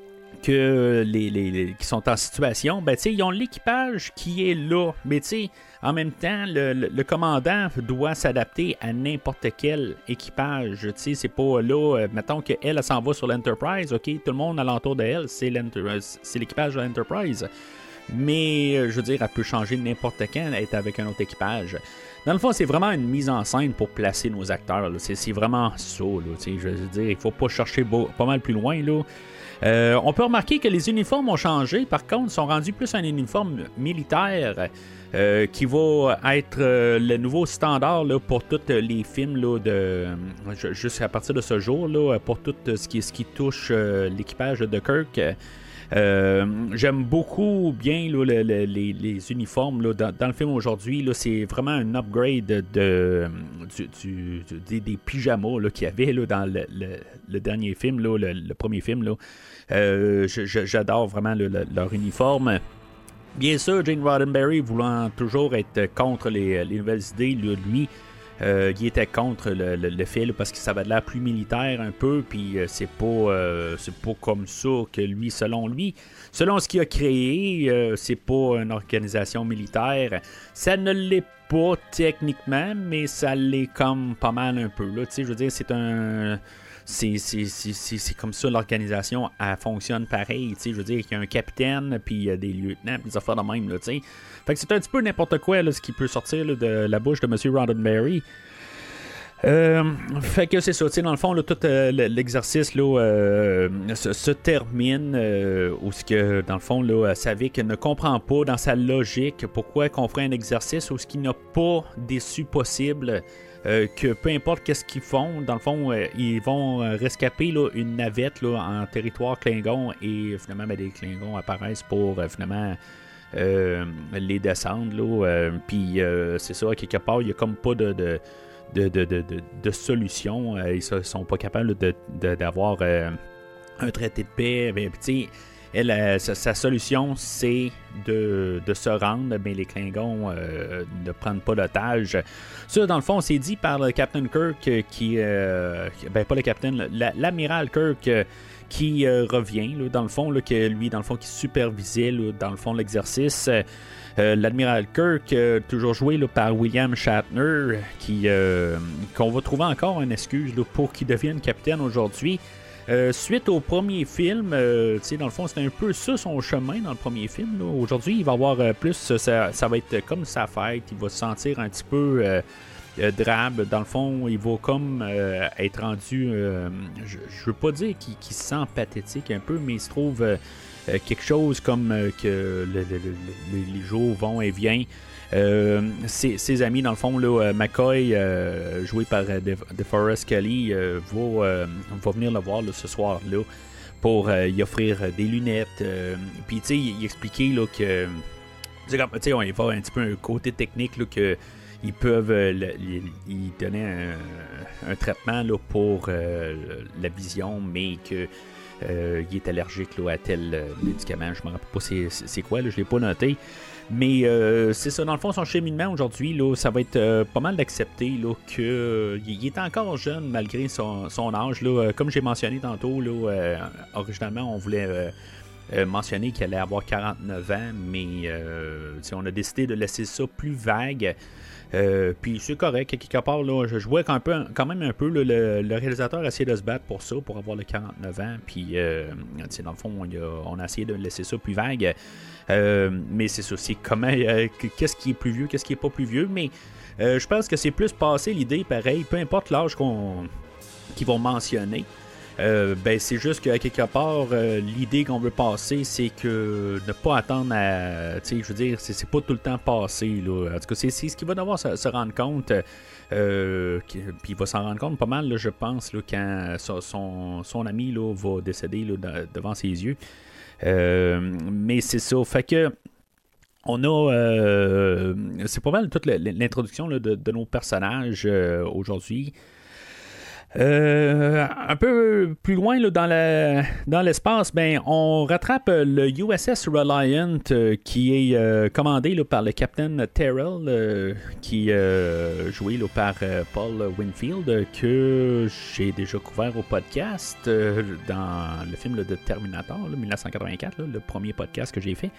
[SPEAKER 3] que les, les, les qui sont en situation, ben, ils ont l'équipage qui est là. Mais en même temps, le, le, le commandant doit s'adapter à n'importe quel équipage. C'est pas là, euh, mettons qu'elle elle, elle s'en va sur l'Enterprise, ok, tout le monde alentour d'elle, c'est, c'est l'équipage de l'Enterprise. Mais, je veux dire, elle peut changer n'importe quand, être avec un autre équipage. Dans le fond, c'est vraiment une mise en scène pour placer nos acteurs. C'est, c'est vraiment ça. Là, je veux dire, il faut pas chercher beau, pas mal plus loin. Là. Euh, on peut remarquer que les uniformes ont changé. Par contre, ils sont rendus plus un uniforme militaire euh, qui va être euh, le nouveau standard là, pour tous les films là, de, juste à partir de ce jour, là, pour tout ce qui, ce qui touche euh, l'équipage de Kirk. Euh, j'aime beaucoup bien là, le, le, les, les uniformes là, dans, dans le film aujourd'hui. Là, c'est vraiment un upgrade de, de, du, du, des, des pyjamas là, qu'il y avait là, dans le, le, le dernier film, là, le, le premier film. Là. Euh, je, je, j'adore vraiment le, le, leur uniforme. Bien sûr, Gene Roddenberry voulant toujours être contre les, les nouvelles idées, là, lui, Euh, il était contre le, le, le fait là, parce que ça avait de l'air plus militaire un peu, puis euh, c'est pas euh, c'est pas comme ça que lui, selon lui, selon ce qu'il a créé, euh, c'est pas une organisation militaire. Ça ne l'est pas techniquement, mais ça l'est comme pas mal un peu. Là, je veux dire, c'est un C'est, c'est, c'est, c'est, c'est comme ça l'organisation, elle fonctionne pareil. Je veux dire qu'il y a un capitaine, puis il y a des lieutenants, puis des affaires de même. Là, t'sais. Fait que c'est un petit peu n'importe quoi là, ce qui peut sortir là, de la bouche de M. Roddenberry. Euh, fait que c'est ça, dans le fond, là, tout euh, l'exercice là, euh, se, se termine euh, où ce que, dans le fond, là, Savick ne comprend pas dans sa logique pourquoi qu'on ferait un exercice où ce qu'il n'a pas d'issue possible. Euh, que peu importe qu'est-ce qu'ils font, dans le fond, euh, ils vont euh, rescaper là, une navette là, en territoire Klingon et finalement, ben, des Klingons apparaissent pour euh, finalement euh, les descendre. Euh, Puis euh, c'est ça, quelque part, il n'y a comme pas de, de, de, de, de, de, de solution. Euh, ils ne sont pas capables de, de, d'avoir euh, un traité de paix. Ben, tu sais, Elle, euh, sa, sa solution, c'est de, de se rendre, mais les Klingons euh, ne prennent pas d'otage. Ça, dans le fond, c'est dit par le Captain Kirk qui... Euh, ben, pas le Captain, la, l'Amiral Kirk euh, qui euh, revient, là, dans le fond, là, que lui, dans le fond, qui supervisait, là, dans le fond, l'exercice. Euh, L'Admiral Kirk, euh, toujours joué là, par William Shatner, qui, euh, qu'on va trouver encore une excuse là, pour qu'il devienne capitaine aujourd'hui. Euh, suite au premier film, euh, dans le fond, c'est un peu ça son chemin dans le premier film. Là. Aujourd'hui, il va avoir euh, plus, ça, ça va être comme sa fête, il va se sentir un petit peu euh, euh, drabe. Dans le fond, il va comme euh, être rendu, euh, je, je veux pas dire qu'il, qu'il se sent pathétique un peu, mais il se trouve euh, quelque chose comme euh, que le, le, le, les jours vont et viennent. Euh, ses, ses amis, dans le fond, là, McCoy, euh, joué par euh, DeForest Kelley, euh, va, euh, va venir le voir là, ce soir-là pour euh, y offrir des lunettes. Euh, Puis, tu sais, il, il expliquait là, que. Tu sais, on y va un petit peu un côté technique là, que. Ils peuvent euh, le, ils, ils donner un, un traitement là, pour euh, la vision, mais que euh, il est allergique là, à tel euh, médicament. Je ne me rappelle pas c'est, c'est quoi, là, je ne l'ai pas noté. Mais euh, c'est ça, dans le fond, son cheminement aujourd'hui, là, ça va être euh, pas mal d'accepter là, qu'il euh, est encore jeune malgré son, son âge. Là, comme j'ai mentionné tantôt, là, euh, originalement, on voulait euh, euh, mentionné qu'il allait avoir quarante-neuf ans, mais euh, on a décidé de laisser ça plus vague. Euh, puis c'est correct, quelque part, là, je, je vois quand, peu, quand même un peu là, le, le réalisateur a essayé de se battre pour ça, pour avoir le quarante-neuf ans, puis euh, dans le fond, on a, on a essayé de laisser ça plus vague, euh, mais c'est ça, c'est comment, euh, qu'est-ce qui est plus vieux, qu'est-ce qui est pas plus vieux, mais euh, je pense que c'est plus passé l'idée, pareil, peu importe l'âge qu'on, qu'ils vont mentionner. Euh, ben c'est juste qu'à quelque part euh, l'idée qu'on veut passer, c'est que ne pas attendre à, tu sais, je veux dire, c'est, c'est pas tout le temps passé là. En tout cas, c'est, c'est ce qu'il va devoir se, se rendre compte, euh, puis il va s'en rendre compte pas mal là, je pense là, quand son, son ami là, va décéder là, de, devant ses yeux, euh, mais c'est ça, fait que on a, euh, c'est pas mal toute l'introduction là, de, de nos personnages euh, aujourd'hui. Euh, un peu plus loin là, dans, la, dans l'espace, ben, on rattrape le U S S Reliant euh, qui est euh, commandé là, par le Captain Terrell, euh, qui est euh, joué là, par euh, Paul Winfield, euh, que j'ai déjà couvert au podcast euh, dans le film là, de Terminator, là, dix-neuf cent quatre-vingt-quatre, là, le premier podcast que j'ai fait.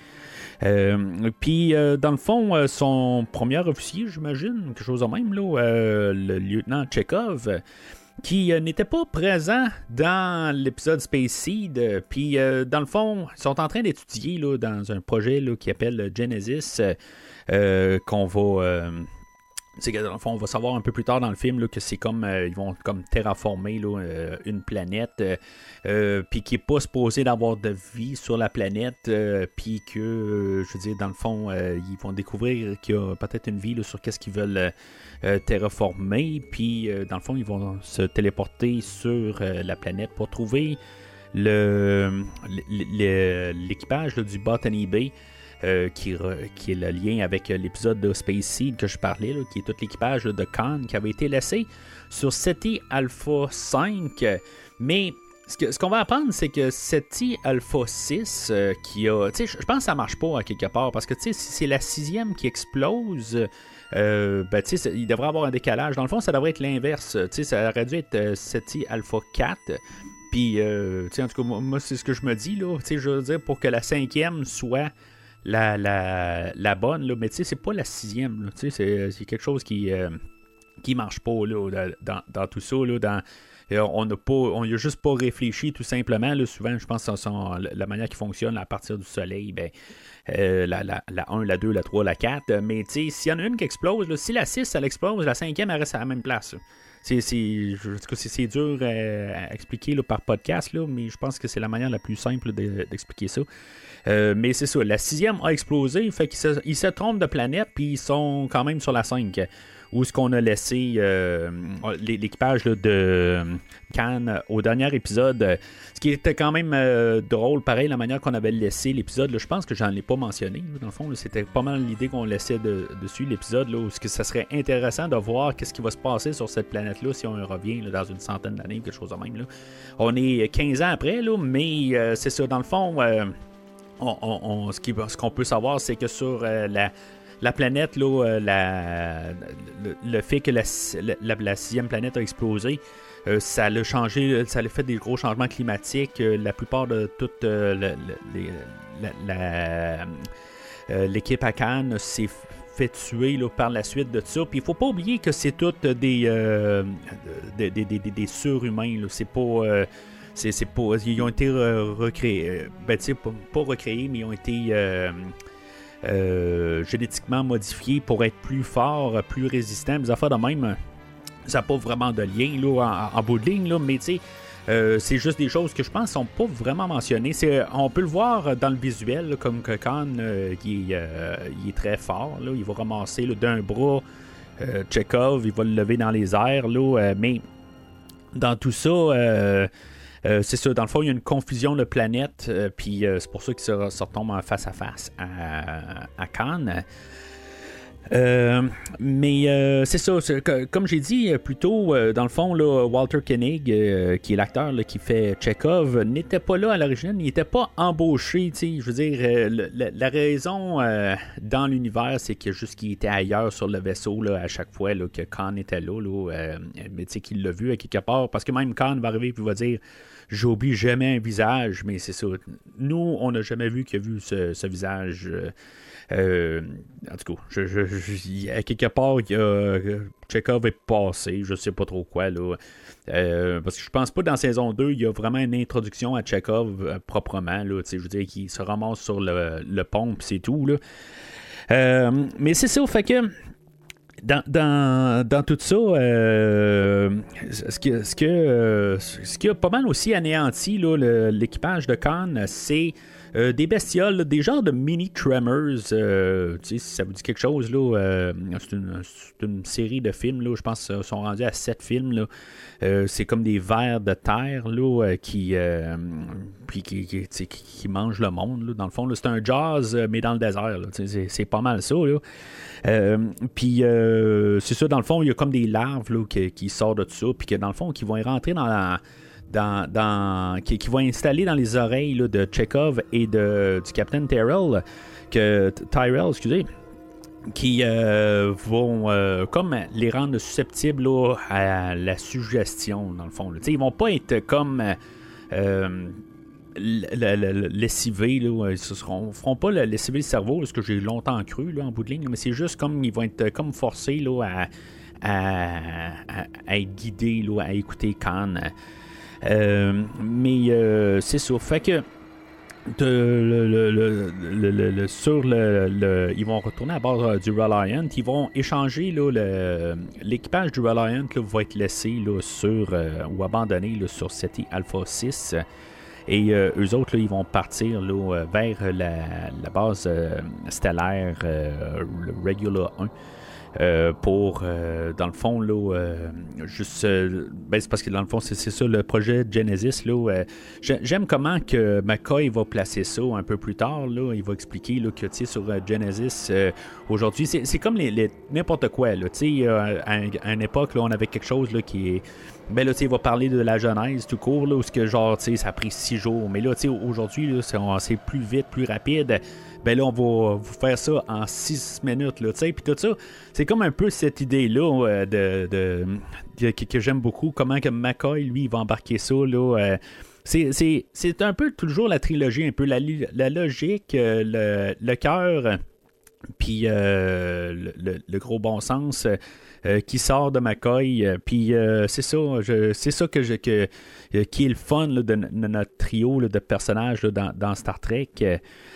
[SPEAKER 3] Euh, Puis, euh, dans le fond, euh, son premier officier, j'imagine, quelque chose de même, là, euh, le lieutenant Chekhov, qui euh, n'était pas présent dans l'épisode Space Seed. Euh, Puis, euh, dans le fond, ils sont en train d'étudier là, dans un projet là, qui s'appelle Genesis, euh, qu'on va... Euh, c'est que dans le fond, on va savoir un peu plus tard dans le film là, que c'est comme euh, ils vont comme terraformer là, euh, une planète, euh, euh, puis qui n'est pas supposé d'avoir de vie sur la planète, euh, puis que, euh, je veux dire, dans le fond, euh, ils vont découvrir qu'il y a peut-être une vie là, sur qu'est-ce qu'ils veulent euh, terraformer, puis euh, dans le fond, ils vont se téléporter sur euh, la planète pour trouver le, le, l'équipage là, du Botany Bay. Euh, qui, qui est le lien avec l'épisode de Space Seed que je parlais, là, qui est tout l'équipage là, de Khan qui avait été laissé sur SETI Alpha cinq. Mais ce, que, ce qu'on va apprendre, c'est que SETI Alpha six, euh, qui a... Tu sais, je pense que ça marche pas à quelque part, parce que tu sais, si c'est la sixième qui explose... Euh, ben, tu sais, il devrait avoir un décalage. Dans le fond, ça devrait être l'inverse. Tu sais, ça aurait dû être euh, SETI Alpha quatre. Puis, euh, tu sais, en tout cas, moi, moi, c'est ce que je me dis, là. Tu sais, je veux dire, pour que la cinquième soit... La, la, la bonne, là, mais tu sais, c'est pas la sixième, là, tu sais, c'est, c'est quelque chose qui euh, qui marche pas, là, dans, dans tout ça, là, dans, on n'a pas, on y a juste pas réfléchi, tout simplement, là, souvent, je pense que sont, la manière qui fonctionne à partir du soleil, ben, euh, la, la, la un, la deux, la trois, la quatre, mais tu sais, s'il y en a une qui explose, là, si la six, elle explose, la cinquième, elle reste à la même place, là. C'est, c'est, je, c'est, c'est dur à, à expliquer là, par podcast, là, mais je pense que c'est la manière la plus simple de, d'expliquer ça. Euh, mais c'est ça, la sixième a explosé, fait qu'ils se, ils se trompent de planète, puis ils sont quand même sur la cinq, où ce qu'on a laissé euh, l'équipage là, de Khan au dernier épisode, ce qui était quand même euh, drôle, pareil, la manière qu'on avait laissé l'épisode, là, je pense que j'en ai pas mentionné, là, dans le fond, là, c'était pas mal l'idée qu'on laissait de, dessus l'épisode, là, où ce que ça serait intéressant de voir qu'est-ce qui va se passer sur cette planète-là si on revient là, dans une centaine d'années ou quelque chose de même. Là. On est quinze ans après, là, mais euh, c'est ça, dans le fond... Euh, On, on, on, ce, qui, ce qu'on peut savoir, c'est que sur euh, la, la planète, là, euh, la, le, le fait que la, la, la sixième planète a explosé, euh, ça a changé, ça a fait des gros changements climatiques. Euh, la plupart de toute euh, le, le, la, la, euh, l'équipe à Khan s'est fait tuer là, par la suite de ça. Puis il faut pas oublier que c'est toutes des, euh, des, des, des, des surhumains. Là. C'est pas... Euh, C'est, c'est pas, ils ont été euh, recréés, ben, tu sais, pas, pas recréés, mais ils ont été euh, euh, génétiquement modifiés pour être plus forts, plus résistants. Des affaires de même, ça n'a pas vraiment de lien là, en, en bout de ligne, là, mais tu sais, euh, c'est juste des choses que je pense ne sont pas vraiment mentionnées. C'est, on peut le voir dans le visuel, là, comme que Khan, euh, il, est, euh, il est très fort. Là, il va ramasser là, d'un bras euh, Chekhov, il va le lever dans les airs, là, euh, mais dans tout ça... Euh, Euh, c'est ça, dans le fond, il y a une confusion de planètes, euh, puis euh, c'est pour ça qu'ils se, se retombent en face à face à, à Khan. Euh, mais euh, c'est ça, c'est, que, comme j'ai dit plus tôt, euh, dans le fond, là, Walter Koenig, euh, qui est l'acteur là, qui fait Chekhov, n'était pas là à l'origine, il n'était pas embauché. Je veux dire, euh, le, la, la raison euh, dans l'univers, c'est que juste qu'il était ailleurs sur le vaisseau là, à chaque fois là, que Khan était là, là euh, mais tu sais qu'il l'a vu à quelque part, parce que même Khan va arriver et va dire j'oublie jamais un visage, mais c'est ça. Nous, on n'a jamais vu qu'il a vu ce, ce visage. Euh, euh, en tout cas, je, je, je, à quelque part, il y a, Chekhov est passé, je sais pas trop quoi, là. Euh, parce que je pense pas dans saison deux, il y a vraiment une introduction à Chekhov euh, proprement, là. Je veux dire, qu'il se ramasse sur le, le pont, puis c'est tout, là. Euh, mais c'est ça, fait que. Dans, dans, dans tout ça, euh, ce, que, ce, que, euh, ce qui a pas mal aussi anéanti là, le, l'équipage de Khan, c'est euh, des bestioles, là, des genres de mini Tremors. Euh, si ça vous dit quelque chose, là, euh, c'est, une, c'est une série de films, là, je pense qu'ils sont rendus à sept films. Là. Euh, c'est comme des vers de terre là, qui, euh, puis qui, qui, qui, qui mangent le monde. Là, dans le fond, là, c'est un jazz, mais dans le désert. Là, c'est, c'est pas mal ça. Là. Euh, puis euh, c'est ça, dans le fond, il y a comme des larves là, qui, qui sortent de tout ça, puis que dans le fond, qui vont rentrer dans la. Dans, dans, qui, qui vont installer dans les oreilles là, de Chekhov et de, du Captain Tyrell, que, Tyrell, excusez, qui euh, vont euh, comme les rendre susceptibles là, à la suggestion, dans le fond. Là. Ils vont pas être comme euh, lessivés, là, ils ne feront pas lessiver le cerveau, ce que j'ai longtemps cru là, en bout de ligne, mais c'est juste comme ils vont être comme forcés là, à, à, à, à être guidés, là, à écouter Khan. Euh, mais euh, c'est ça. Fait que de, le, le, le, le, le, sur le, le, ils vont retourner à bord du Reliant. Ils vont échanger là, le, l'équipage du Reliant là, va être laissé là, sur euh, ou abandonné là, sur Ceti Alpha six. Et euh, eux autres, là, ils vont partir là, vers la, la base euh, stellaire euh, Regula un. Euh, pour, euh, dans le fond, là, euh, juste, euh, ben c'est parce que dans le fond, c'est, c'est ça le projet Genesis, là, euh, j'aime comment que McCoy va placer ça un peu plus tard, là, il va expliquer, là, que, tu sais, sur euh, Genesis, euh, aujourd'hui, c'est, c'est comme les, les, n'importe quoi, là, tu sais, euh, à, à une époque, là, on avait quelque chose, là, qui est, ben là, tu sais, il va parler de la Genèse tout court, là, où ce que, genre, tu sais, ça a pris six jours, mais là, tu sais, aujourd'hui, là, c'est, c'est plus vite, plus rapide. Ben là, on va vous faire ça en six minutes, là, tu sais, puis tout ça, c'est comme un peu cette idée-là euh, de, de, de que, que j'aime beaucoup, comment que McCoy, lui, il va embarquer ça, là, euh, c'est, c'est, c'est un peu toujours la trilogie, un peu la, la logique, euh, le, le cœur, puis euh, le, le, le gros bon sens euh, qui sort de McCoy, euh, puis euh, c'est ça, je, c'est ça que je, que, euh, qui est le fun là, de, de notre trio là, de personnages là, dans, dans Star Trek. Euh,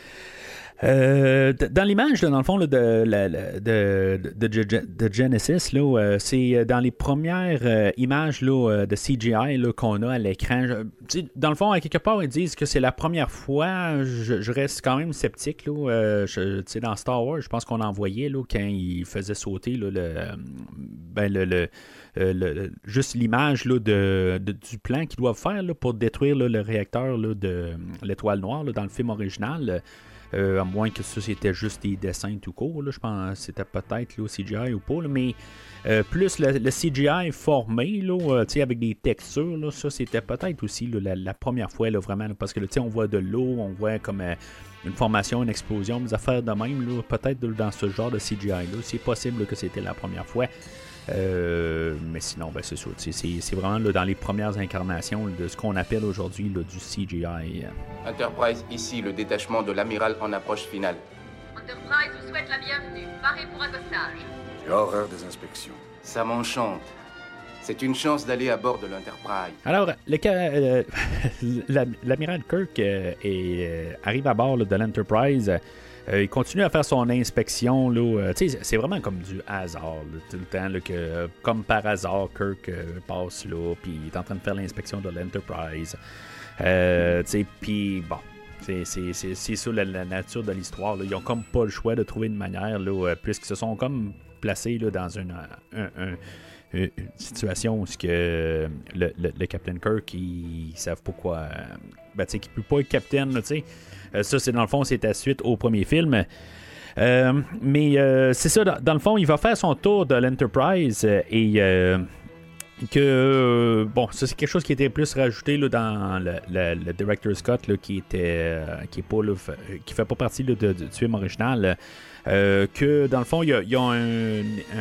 [SPEAKER 3] Euh, dans l'image, là, dans le fond, là, de, de, de, de, de Genesis, là, euh, c'est dans les premières euh, images là, euh, de C G I là, qu'on a à l'écran. Je, dans le fond, à quelque part, ils disent que c'est la première fois. Je, je reste quand même sceptique. Là, euh, je, dans Star Wars, je pense qu'on en voyait là, quand ils faisaient sauter là, le, ben, le, le, le, le, juste l'image là, de, de, du plan qu'ils doivent faire là, pour détruire là, le réacteur là, de l'Étoile Noire là, dans le film original. Euh, à moins que ça c'était juste des dessins tout court, là, je pense que c'était peut-être là, C G I ou pas, là, mais euh, plus le, le C G I formé là, euh, avec des textures, là, ça c'était peut-être aussi là, la, la première fois là, vraiment, là, parce que là, on voit de l'eau, on voit comme euh, une formation, une explosion, des affaires de même, là, peut-être dans ce genre de C G I là, c'est possible là, que c'était la première fois. Euh, mais sinon, ben, c'est sûr, c'est, c'est vraiment là, dans les premières incarnations là, de ce qu'on appelle aujourd'hui là, du C G I.
[SPEAKER 4] Enterprise, ici, le détachement de l'amiral en approche finale.
[SPEAKER 5] Enterprise vous souhaite la bienvenue. Paré pour accostage.
[SPEAKER 2] J'ai horreur des inspections.
[SPEAKER 4] Ça m'enchante. C'est une chance d'aller à bord de l'Enterprise.
[SPEAKER 3] Alors, le, euh, l'amiral Kirk euh, est, euh, arrive à bord là, de l'Enterprise. Euh, il continue à faire son inspection. Là, euh, c'est vraiment comme du hasard. Là, tout le temps, là, que, euh, comme par hasard, Kirk euh, passe là, puis il est en train de faire l'inspection de l'Enterprise. Euh, puis bon, c'est, c'est, c'est, c'est ça la, la nature de l'histoire. Là. Ils ont comme pas le choix de trouver une manière, là, euh, puisqu'ils se sont comme placés là, dans une, un, un, une situation où que, le, le, le Captain Kirk, ils, ils savent pas quoi. Euh, ben, qu'il ne peut pas être capitaine, tu sais. Euh, ça, c'est dans le fond, c'est à suite au premier film. Euh, mais euh, c'est ça, dans, dans le fond, il va faire son tour de l'Enterprise euh, et euh, que euh, bon, ça c'est quelque chose qui était plus rajouté là, dans le, le, le Director's Cut là, qui était euh, qui est pas là, fait, qui fait pas partie là, de, de, du film original. Euh, que dans le fond, il y a, y a un,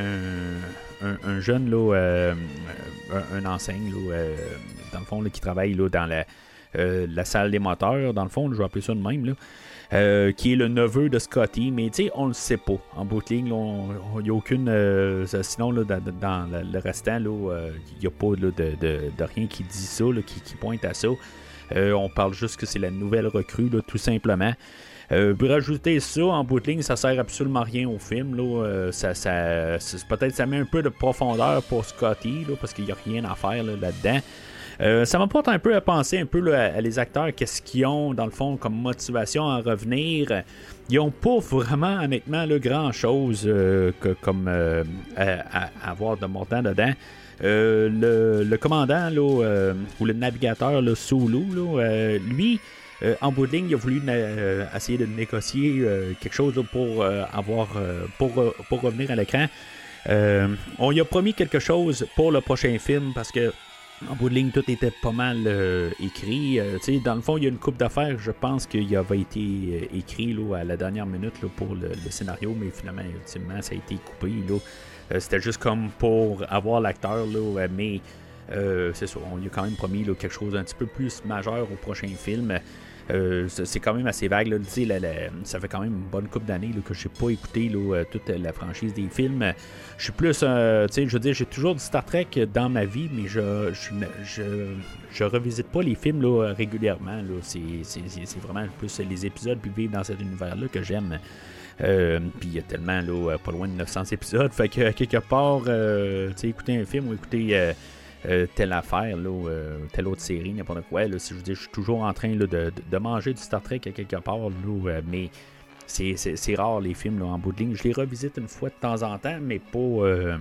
[SPEAKER 3] un, un, un jeune là, euh, un, un enseigne là, euh, dans le fond là, qui travaille là, dans la, euh, la salle des moteurs, dans le fond, là, je vais appeler ça de même là. Euh, qui est le neveu de Scotty, mais tu sais, on le sait pas. En bout de ligne, il n'y a aucune. Euh, sinon, là, dans, dans le restant, il n'y a pas là, de, de, de rien qui dit ça, là, qui, qui pointe à ça. Euh, on parle juste que c'est la nouvelle recrue, là, tout simplement. Euh, pour rajouter ça, en bout de ligne, ça sert absolument rien au film. Là. Euh, ça, ça, peut-être ça met un peu de profondeur pour Scotty, là, parce qu'il n'y a rien à faire là, là-dedans. Euh, ça m'apporte un peu à penser un peu là, à les acteurs, qu'est-ce qu'ils ont dans le fond comme motivation à revenir. Ils n'ont pas vraiment honnêtement là, grand chose euh, que, comme euh, à, à avoir de montant dedans. Euh, le, le commandant là, euh, ou le navigateur là, Sulu, là, euh, lui euh, en bout de ligne il a voulu euh, essayer de négocier euh, quelque chose là, pour euh, avoir euh, pour, pour revenir à l'écran. Euh, on lui a promis quelque chose pour le prochain film parce que en bout de ligne, tout était pas mal euh, écrit. Euh, dans le fond, il y a une couple d'affaires, je pense qu'il avait été euh, écrit là, à la dernière minute là, pour le, le scénario, mais finalement, ultimement, ça a été coupé. Là. Euh, c'était juste comme pour avoir l'acteur, là, mais euh, c'est ça, on lui a quand même promis là, quelque chose d'un petit peu plus majeur au prochain film. Euh, c'est quand même assez vague. Là, la, la, ça fait quand même une bonne couple d'années là, que je n'ai pas écouté là, toute la franchise des films. Je suis plus, euh, tu sais, je veux dire, j'ai toujours du Star Trek dans ma vie, mais je je, je, je revisite pas les films là, régulièrement. Là. C'est, c'est, c'est vraiment plus les épisodes puis vivre dans cet univers-là que j'aime. Euh, puis il y a tellement là, pas loin de neuf cents épisodes. Fait que quelque part, euh, tu sais, écouter un film ou écouter euh, Euh, telle affaire, là, euh, telle autre série, n'importe quoi. Là, si je veux dire, je suis toujours en train là, de, de manger du Star Trek à quelque part, là, euh, mais c'est, c'est, c'est rare les films là, en bout de ligne. Je les revisite une fois de temps en temps, mais pas euh,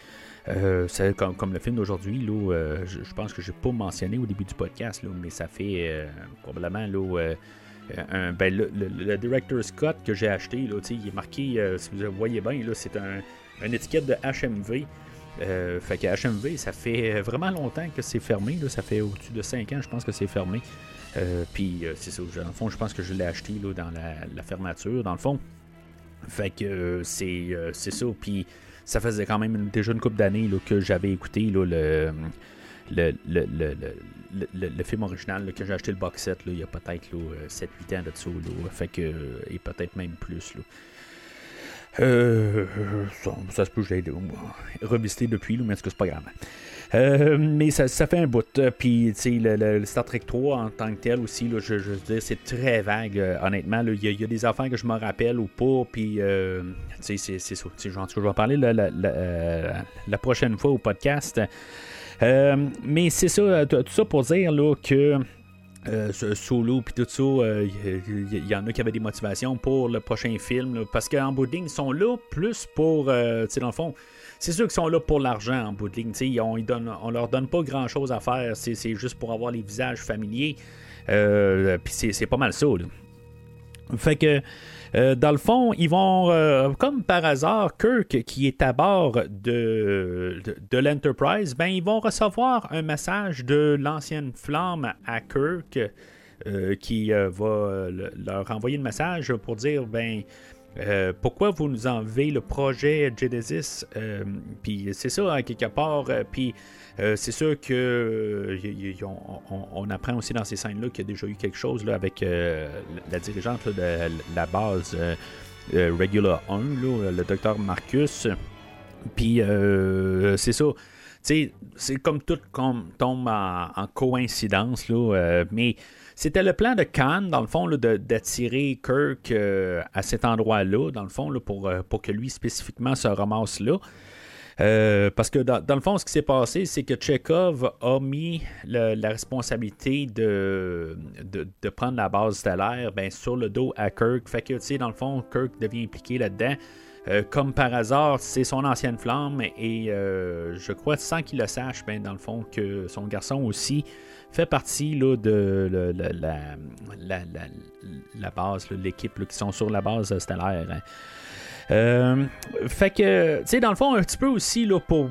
[SPEAKER 3] euh, c'est comme, comme le film d'aujourd'hui. Là, euh, je, je pense que je n'ai pas mentionné au début du podcast, là, mais ça fait euh, probablement là, euh, un, ben, le, le, le Director's Cut que j'ai acheté. Là, il est marqué, euh, si vous voyez bien, là, c'est un, une étiquette de H M V. Euh, fait que H M V, ça fait vraiment longtemps que c'est fermé. Là, ça fait au-dessus de cinq ans, je pense que c'est fermé. Euh, Puis euh, c'est ça. Dans le fond, je pense que je l'ai acheté là, dans la, la fermeture, dans le fond. Fait que euh, c'est, euh, c'est ça. Puis ça faisait quand même une, déjà une couple d'années là, que j'avais écouté là, le, le, le, le, le, le, le film original, là, que j'ai acheté le box set là, il y a peut-être sept huit ans de ça. Là, fait que, et peut-être même plus. Là. Euh, ça, ça se peut que je l'ai revisité depuis, là, mais est-ce que c'est pas grave? Euh, mais ça, ça fait un bout. Puis, tu sais, le, le Star Trek trois en tant que tel aussi, là, je, je veux dire, c'est très vague, euh, honnêtement. Il y, y a des affaires que je me rappelle ou pas, puis, euh, tu sais, c'est, c'est ça. Genre, je vais en parler là, la, la, euh, la prochaine fois au podcast. Euh, mais c'est ça, tout ça pour dire là, que. Euh, Solo puis tout ça, il euh, y, y, y en a qui avaient des motivations pour le prochain film là, parce qu'en bout de ligne ils sont là plus pour euh, tu sais dans le fond c'est sûr qu'ils sont là pour l'argent en bout de ligne, tu sais on, on leur donne pas grand chose à faire, c'est, c'est juste pour avoir les visages familiers, euh, puis c'est, c'est pas mal ça là. Fait que euh, dans le fond, ils vont, euh, comme par hasard, Kirk, qui est à bord de, de, de l'Enterprise, ben, ils vont recevoir un message de l'ancienne flamme à Kirk, euh, qui euh, va leur envoyer le message pour dire, ben, euh, pourquoi vous nous enlevez le projet Genesis? Euh, puis c'est ça, hein, quelque part, euh, puis Euh, c'est sûr que euh, y, y, on, on, on apprend aussi dans ces scènes-là qu'il y a déjà eu quelque chose là, avec euh, la dirigeante là, de la base euh, euh, Regular un, là, le docteur Marcus. Puis euh, c'est ça. T'sais, c'est comme tout comme, tombe en, en coïncidence, là, euh, mais c'était le plan de Khan, dans le fond, là, de, d'attirer Kirk euh, à cet endroit-là, dans le fond, là, pour, pour que lui spécifiquement se ramasse là. Euh, parce que dans, dans le fond, ce qui s'est passé, c'est que Chekhov a mis le, la responsabilité de, de, de prendre la base stellaire ben, sur le dos à Kirk. Fait que, tu sais, dans le fond, Kirk devient impliqué là-dedans. Euh, comme par hasard, c'est son ancienne flamme et euh, je crois, sans qu'il le sache, ben, dans le fond, que son garçon aussi fait partie là, de la, la, la, la, la, la base, là, l'équipe là, qui sont sur la base stellaire. Hein. Euh, fait que, tu sais, dans le fond, un petit peu aussi, là, pour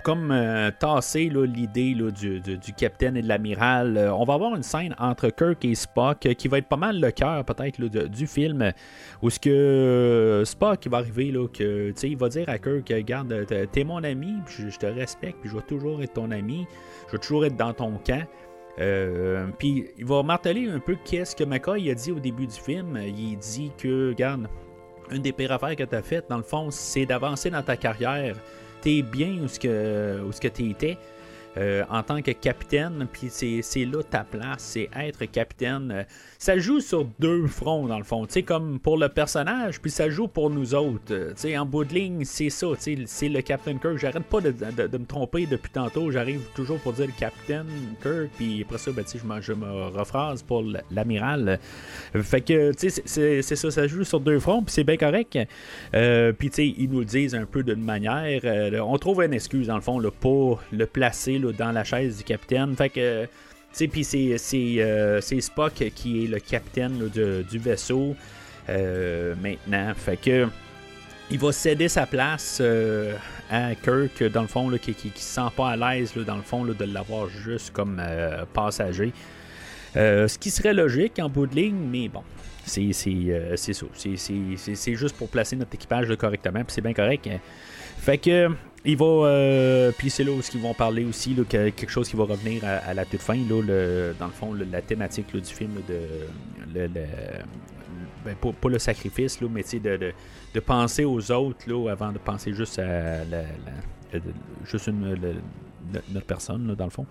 [SPEAKER 3] comme euh, tasser là, l'idée là, du, du, du capitaine et de l'amiral. Euh, on va avoir une scène entre Kirk et Spock euh, qui va être pas mal le cœur peut-être là, de, du film, où ce que euh, Spock va arriver, là, que il va dire à Kirk, regarde, t'es mon ami, je, je te respecte, puis je vais toujours être ton ami, je vais toujours être dans ton camp. Euh, puis il va marteler un peu qu'est-ce que McCoy a dit au début du film. Il dit que, regarde, une des pires affaires que tu as faites, dans le fond, c'est d'avancer dans ta carrière. T'es bien où ce que, où ce que t'étais euh, en tant que capitaine, puis c'est, c'est là ta place, c'est être capitaine. Ça joue sur deux fronts, dans le fond, tu sais, comme pour le personnage, puis ça joue pour nous autres. Tu sais, en bout de ligne, c'est ça, tu sais, c'est le Captain Kirk. J'arrête pas de, de, de me tromper depuis tantôt, j'arrive toujours pour dire le Captain Kirk, puis après ça, ben, tu sais, je me, je me rephrase pour l'amiral. Fait que, tu sais, c'est, c'est, c'est ça, ça joue sur deux fronts, puis c'est bien correct. Euh, puis, tu sais, ils nous le disent un peu d'une manière. Euh, on trouve une excuse, dans le fond, là, pour le placer là, dans la chaise du capitaine. Fait que, tu sais, puis c'est, c'est, euh, c'est Spock qui est le capitaine là, du, du vaisseau euh, maintenant. Fait que il va céder sa place euh, à Kirk, dans le fond, là, qui, qui, qui se sent pas à l'aise, là, dans le fond, là, de l'avoir juste comme euh, passager. Euh, ce qui serait logique en bout de ligne, mais bon, c'est, c'est, euh, c'est ça. C'est, c'est, c'est, c'est juste pour placer notre équipage là, correctement, puis c'est bien correct. Hein. Fait que il va, euh, puis c'est là où ils vont parler aussi là, que quelque chose qui va revenir à, à la toute fin, là, le, dans le fond, le, la thématique là, du film là, de, le, le, ben, pas, pas le sacrifice, là, mais de, de, de penser aux autres là, avant de penser juste à la, la, juste une, le, notre personne, là, dans le fond.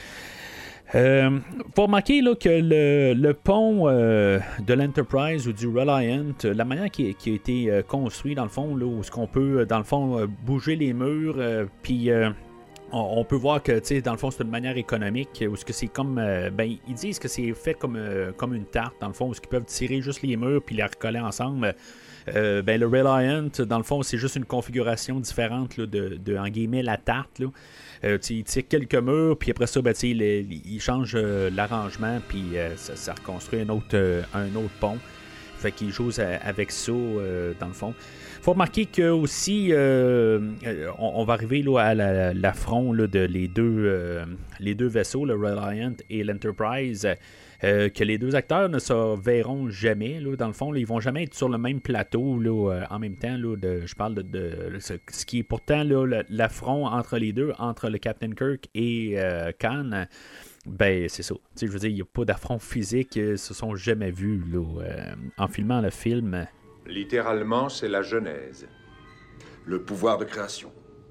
[SPEAKER 3] Euh, faut remarquer là, que le, le pont euh, de l'Enterprise ou du Reliant, la manière qui, qui a été euh, construit dans le fond, là, où est-ce qu'on peut dans le fond euh, bouger les murs, euh, puis euh, on, on peut voir que tu sais dans le fond c'est une manière économique, où est-ce que c'est comme euh, ben ils disent que c'est fait comme euh, comme une tarte dans le fond, où est-ce qu'ils peuvent tirer juste les murs puis les recoller ensemble. Euh, ben le Reliant dans le fond c'est juste une configuration différente là, de, de en guillemets la tarte là. Euh, il tire quelques murs, puis après ça, ben, les, il change euh, l'arrangement, puis euh, ça, ça reconstruit un autre, euh, un autre pont. Fait qu'il joue avec ça, euh, dans le fond. Faut remarquer que aussi, euh, on, on va arriver là, à la, l'affront là, de les deux, euh, les deux vaisseaux, le Reliant et l'Enterprise. Euh, que les deux acteurs ne se verront jamais, là, dans le fond, là, ils vont jamais être sur le même plateau là, euh, en même temps. Là, de, je parle de, de ce, ce qui est pourtant là, l'affront entre les deux, entre le Captain Kirk et euh, Khan. Ben, c'est ça. T'sais, je veux dire, il n'y a pas d'affront physique, ils se sont jamais vus là, euh, en filmant le film.
[SPEAKER 6] Littéralement, c'est la genèse.
[SPEAKER 2] Le pouvoir de création.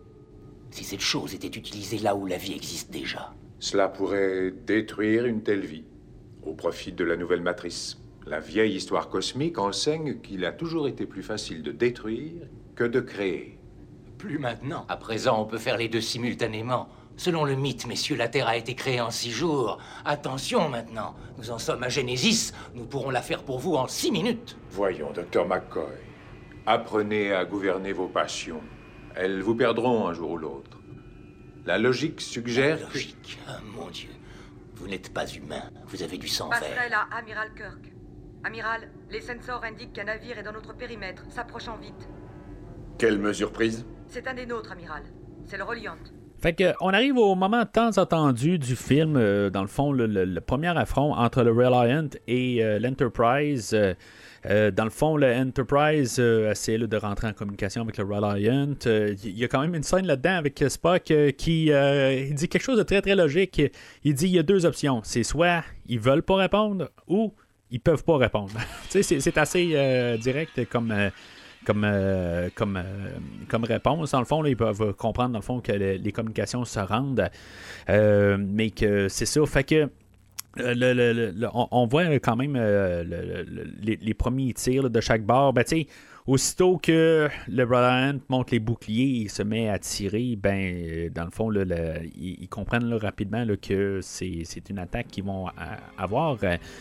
[SPEAKER 1] Si cette chose était utilisée là où la vie existe déjà.
[SPEAKER 6] Cela pourrait détruire une telle vie. Au profit de la nouvelle matrice. La vieille histoire cosmique enseigne qu'il a toujours été plus facile de détruire que de créer.
[SPEAKER 1] Plus maintenant. À présent, on peut faire les deux simultanément. Selon le mythe, messieurs, la Terre a été créée en six jours. Attention maintenant, nous en sommes à Genesis. Nous pourrons la faire pour vous en six minutes.
[SPEAKER 6] Voyons, docteur McCoy. Apprenez à gouverner vos passions. Elles vous perdront un jour ou l'autre. La logique suggère...
[SPEAKER 1] La logique, oh, mon Dieu. Vous n'êtes pas humain, vous avez du sang
[SPEAKER 5] Passerelle
[SPEAKER 1] vert.
[SPEAKER 5] à Amiral Kirk. Amiral, les sensors indiquent qu'un navire est dans notre périmètre, s'approchant vite.
[SPEAKER 2] Quelle mesure prise?
[SPEAKER 5] C'est un des nôtres, Amiral. C'est le Reliant.
[SPEAKER 3] Fait que on arrive au moment tant attendu du film, euh, dans le fond, le, le, le premier affront entre le Reliant et euh, l'Enterprise. Euh, Euh, dans le fond, le Enterprise euh, essaie là, de rentrer en communication avec le Reliant. Il euh, y a quand même une scène là-dedans avec Spock euh, qui euh, il dit quelque chose de très très logique. Il dit il y a deux options. C'est soit ils veulent pas répondre ou ils peuvent pas répondre. c'est, c'est assez euh, direct comme... Euh, Comme, euh, comme, euh, comme réponse. Dans le fond, là, ils peuvent comprendre dans le fond que le, les communications se rendent, euh, mais que c'est ça. Fait que le, le, le, le, on, on voit quand même euh, le, le, les, les premiers tirs là, de chaque bord. Ben, tu sais, aussitôt que le Reliant monte les boucliers et se met à tirer, ben, dans le fond, là, le, ils, ils comprennent là, rapidement là, que c'est, c'est une attaque qu'ils vont à, avoir.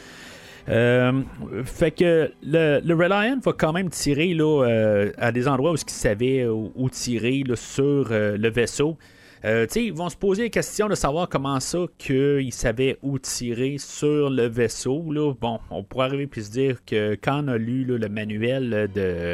[SPEAKER 3] Euh, fait que le, le Reliant va quand même tirer là, euh, à des endroits où ils savaient où, où tirer là, sur euh, le vaisseau. Euh, ils vont se poser la question de savoir comment ça qu'ils savaient où tirer sur le vaisseau. Là. Bon, on pourrait arriver puis se dire que quand on a lu là, le manuel de,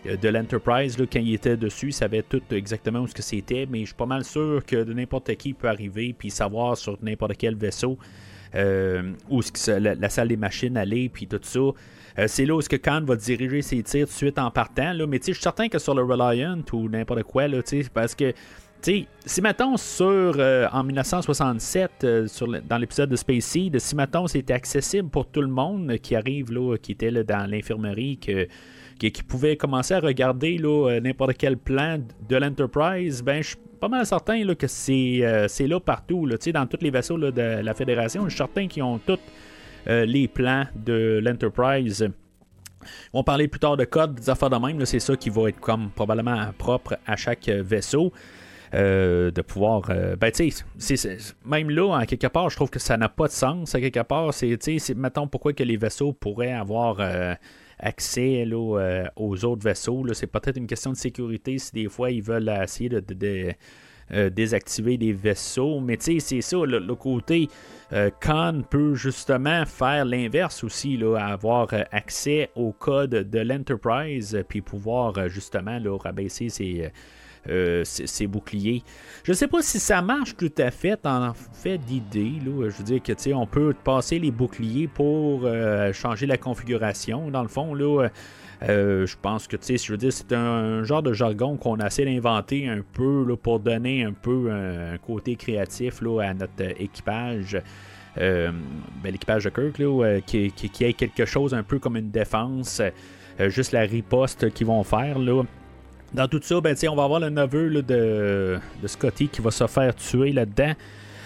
[SPEAKER 3] de l'Enterprise, là, quand il était dessus, il savait tout exactement où ce que c'était, mais je suis pas mal sûr que n'importe qui peut arriver puis savoir sur n'importe quel vaisseau euh, où ce que la, la salle des machines allait, puis tout ça. Euh, c'est là où ce que Khan va diriger ses tirs tout de suite en partant, là, mais je suis certain que sur le Reliant ou n'importe quoi, là, parce que t'sais, si mettons sur euh, en dix-neuf cent soixante-sept euh, sur le, dans l'épisode de Space Seed, si mettons c'était accessible pour tout le monde euh, qui arrive là, qui était là, dans l'infirmerie, que, qui, qui pouvait commencer à regarder là, euh, n'importe quel plan de l'Enterprise, ben je suis pas mal certain là, que c'est, euh, c'est là partout, là, dans tous les vaisseaux là, de la Fédération. Je suis certain qu'ils ont tous euh, les plans de l'Enterprise. On va parler plus tard de code, des affaires de même, là, c'est ça qui va être comme probablement propre à chaque euh, vaisseau. Euh, de pouvoir. Euh, ben, tu sais, même là, en quelque part, je trouve que ça n'a pas de sens. À quelque part, c'est, tu sais, mettons pourquoi que les vaisseaux pourraient avoir euh, accès là, euh, aux autres vaisseaux. Là. C'est peut-être une question de sécurité si des fois ils veulent essayer de, de, de euh, désactiver des vaisseaux. Mais, tu sais, c'est ça, le, le côté. Euh, Khan peut justement faire l'inverse aussi, là, avoir euh, accès au code de l'Enterprise, euh, puis pouvoir euh, justement là, rabaisser ses. Euh, Euh, ces boucliers. Je ne sais pas si ça marche tout à fait en fait d'idée. Là. Je veux dire que tu sais, on peut passer les boucliers pour euh, changer la configuration. Dans le fond, là, euh, je pense que tu sais, je veux dire, c'est un genre de jargon qu'on a essayé d'inventer un peu là, pour donner un peu un, un côté créatif là, à notre équipage. Euh, ben, l'équipage de Kirk, là, qui, qui, qui ait quelque chose un peu comme une défense, euh, juste la riposte qu'ils vont faire là. Dans tout ça, ben, on va avoir le neveu là, de, de Scotty qui va se faire tuer là-dedans.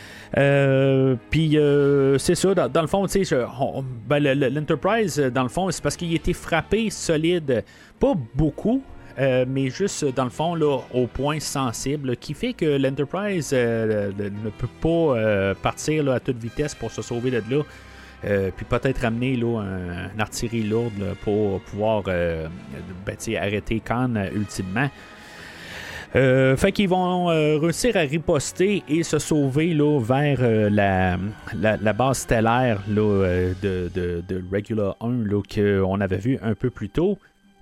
[SPEAKER 3] Euh, Puis, euh, c'est ça, dans, dans le fond, tu sais, ben, le, le, l'Enterprise, dans le fond, c'est parce qu'il a été frappé solide, pas beaucoup, euh, mais juste, dans le fond, là, au point sensible, qui fait que l'Enterprise euh, ne peut pas euh, partir là, à toute vitesse pour se sauver de là. Euh, puis peut-être ramener là, un, une artillerie lourde là, pour pouvoir euh, ben, arrêter Khan euh, ultimement. Euh, fait qu'ils vont euh, réussir à riposter et se sauver là, vers euh, la, la, la base stellaire là, euh, de, de, de Regular un là, qu'on avait vu un peu plus tôt.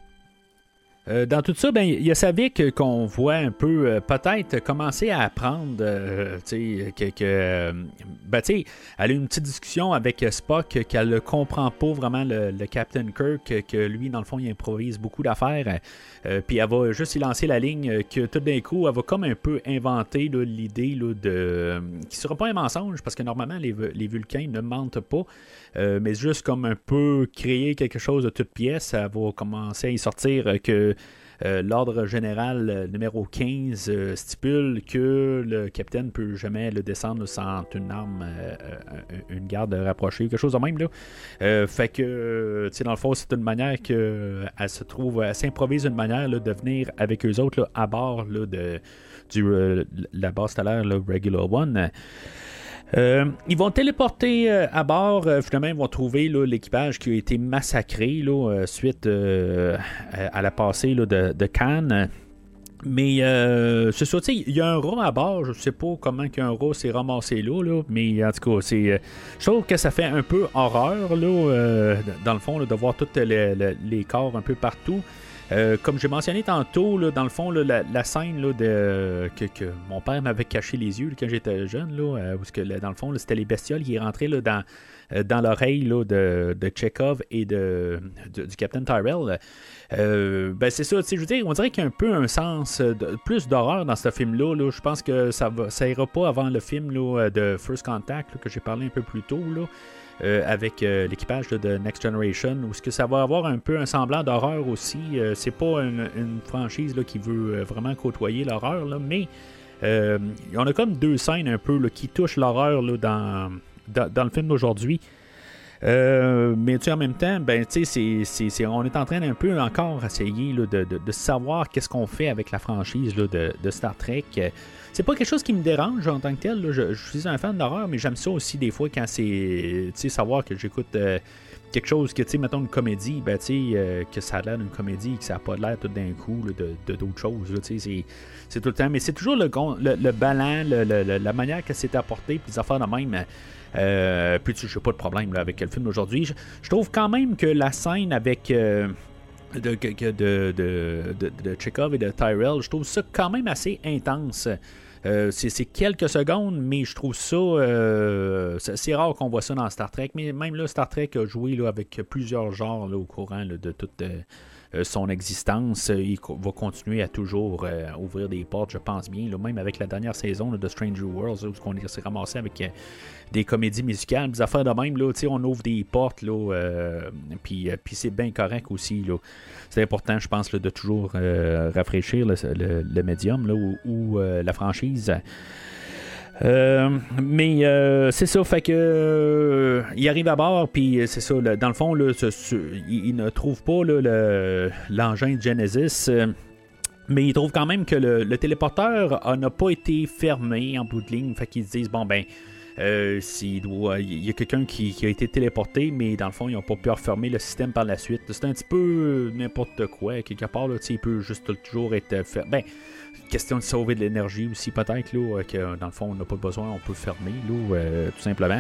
[SPEAKER 3] Euh, dans tout ça, ben, il y a Savick qu'on voit un peu euh, peut-être commencer à apprendre euh, que, que euh, ben, elle a eu une petite discussion avec Spock qu'elle ne comprend pas vraiment le, le Captain Kirk, que lui, dans le fond, il improvise beaucoup d'affaires. Euh, puis elle va juste y lancer la ligne que tout d'un coup, elle va comme un peu inventer là, l'idée là, de euh, qui ne sera pas un mensonge, parce que normalement, les, les Vulcains ne mentent pas. Euh, mais juste comme un peu créer quelque chose de toute pièce, ça va commencer à y sortir que euh, l'ordre général euh, numéro quinze euh, stipule que le capitaine ne peut jamais le descendre sans une arme, euh, une garde rapprochée, quelque chose de même. Là. Euh, fait que, tu sais, dans le fond, c'est une manière qu'elle se trouve, elle s'improvise une manière là, de venir avec eux autres là, à bord là, de du, euh, la base stellaire là, Regular One. Euh, ils vont téléporter euh, à bord. Euh, finalement, ils vont trouver là, l'équipage qui a été massacré là, euh, suite euh, à la passée là, de, de Khan. Mais euh, c'est ça, il y a un rat à bord. Je sais pas comment qu'un rat s'est ramassé là, là mais en tout cas, c'est, euh, je trouve que ça fait un peu horreur là, euh, dans le fond, là, de voir tous les, les, les corps un peu partout. Euh, comme j'ai mentionné tantôt, là, dans le fond, là, la, la scène là, de, que, que mon père m'avait caché les yeux là, quand j'étais jeune, là, euh, parce que là, dans le fond, là, c'était les bestioles qui rentraient là, dans, euh, dans l'oreille là, de, de Chekhov et de, de, du Captain Tyrell. Euh, ben c'est ça, je veux dire, on dirait qu'il y a un peu un sens de, plus d'horreur dans ce film-là. Là. Je pense que ça va, ça ira pas avant le film là, de First Contact là, que j'ai parlé un peu plus tôt. Là. Euh, avec euh, l'équipage là, de Next Generation, où ce que ça va avoir un peu un semblant d'horreur aussi. Euh, c'est pas une, une franchise là, qui veut euh, vraiment côtoyer l'horreur, là, mais euh, on a comme deux scènes un peu là, qui touchent l'horreur là, dans, dans, dans le film d'aujourd'hui. Euh, mais tu sais, en même temps, ben, tu sais, c'est, c'est, c'est, on est en train d'un peu encore essayer là, de, de, de savoir qu'est-ce qu'on fait avec la franchise là, de, de Star Trek. C'est pas quelque chose qui me dérange en tant que tel. Là. Je, je suis un fan d'horreur, mais j'aime ça aussi des fois quand c'est, tu sais, savoir que j'écoute euh, quelque chose que, tu sais, mettons une comédie, ben, tu sais, euh, que ça a l'air d'une comédie, que ça n'a pas l'air tout d'un coup là, de, de d'autres choses. Là, tu sais, c'est, c'est tout le temps, mais c'est toujours le, le, le ballon, le, le, la manière que c'est apporté, puis les affaires de même. Euh, puis tu sais, j'ai pas de problème là, avec le film d'aujourd'hui. Je, je trouve quand même que la scène avec euh, de, de, de, de, de Chekhov et de Tyrell, je trouve ça quand même assez intense. Euh, c'est, c'est quelques secondes, mais je trouve ça... Euh, c'est, c'est rare qu'on voit ça dans Star Trek, mais même là, Star Trek a joué là, avec plusieurs genres là, au courant là, de toute euh, son existence. Il co- va continuer à toujours euh, ouvrir des portes, je pense bien, là, même avec la dernière saison là, de Stranger Worlds, là, où on s'est ramassé avec euh, des comédies musicales, des affaires de même, là, on ouvre des portes, là, euh, puis, euh, puis c'est bien correct aussi. Là. C'est important, je pense, là, de toujours euh, rafraîchir le, le, le médium là, ou, ou euh, la franchise. Euh, mais euh, c'est ça, fait que euh, il arrive à bord, puis c'est ça, là, dans le fond, là, ce, ce, il, il ne trouve pas là, le, l'engin de Genesis. Euh, mais il trouve quand même que le, le téléporteur a, n'a pas été fermé en bout de ligne. Fait qu'ils se disent, bon ben, euh, s'il doit, il y a quelqu'un qui, qui a été téléporté, mais dans le fond, ils n'ont pas pu refermer le système par la suite. C'est un petit peu n'importe quoi. Quelque part, là, il peut juste toujours être fermé. Ben, question de sauver de l'énergie aussi, peut-être, là, que dans le fond, on n'a pas besoin, on peut le fermer, là, euh, tout simplement.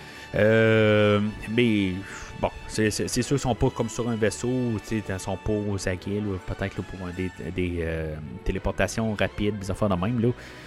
[SPEAKER 3] Euh, mais bon, c'est, c'est, c'est sûr qu'ils sont pas comme sur un vaisseau, ils ne sont pas aux aguets, là, peut-être là, pour des, des euh, téléportations rapides, des affaires de même. Là.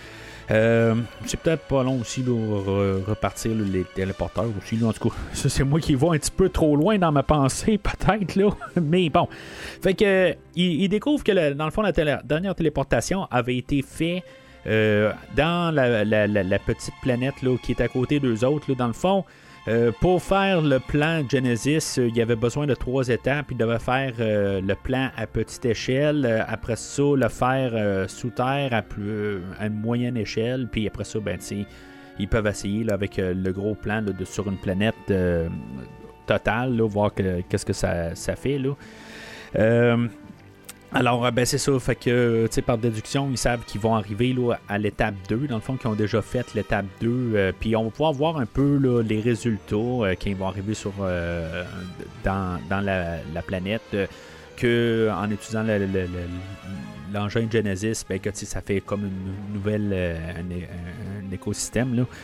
[SPEAKER 3] Euh, c'est peut-être pas long aussi de re- repartir là, les téléporteurs aussi. Là, en tout cas, ça, c'est moi qui vais un petit peu trop loin dans ma pensée, peut-être. Là. Mais bon. Fait que il, il découvre que le, dans le fond, la télé- dernière téléportation avait été faite euh, dans la, la, la, la petite planète là, qui est à côté d'eux autres. Là, dans le fond, euh, pour faire le plan Genesis, euh, il y avait besoin de trois étapes. Il devait faire euh, le plan à petite échelle. Euh, après ça, le faire euh, sous terre à, plus, à une moyenne échelle. Puis après ça, ben, ils peuvent essayer là, avec euh, le gros plan là, de, sur une planète euh, totale, là, voir que, qu'est-ce que ça, ça fait. Là. Euh, alors, ben, c'est ça. Fait que, par déduction, ils savent qu'ils vont arriver là, à l'étape deux. Dans le fond, qu'ils ont déjà fait l'étape deux. Euh, puis on va pouvoir voir un peu là, les résultats euh, qui vont arriver sur, euh, dans, dans la, la planète. Euh, que en utilisant le, le, le, l'engin Genesis, ben, que ça fait comme une nouvelle euh, un, un écosystème. Là.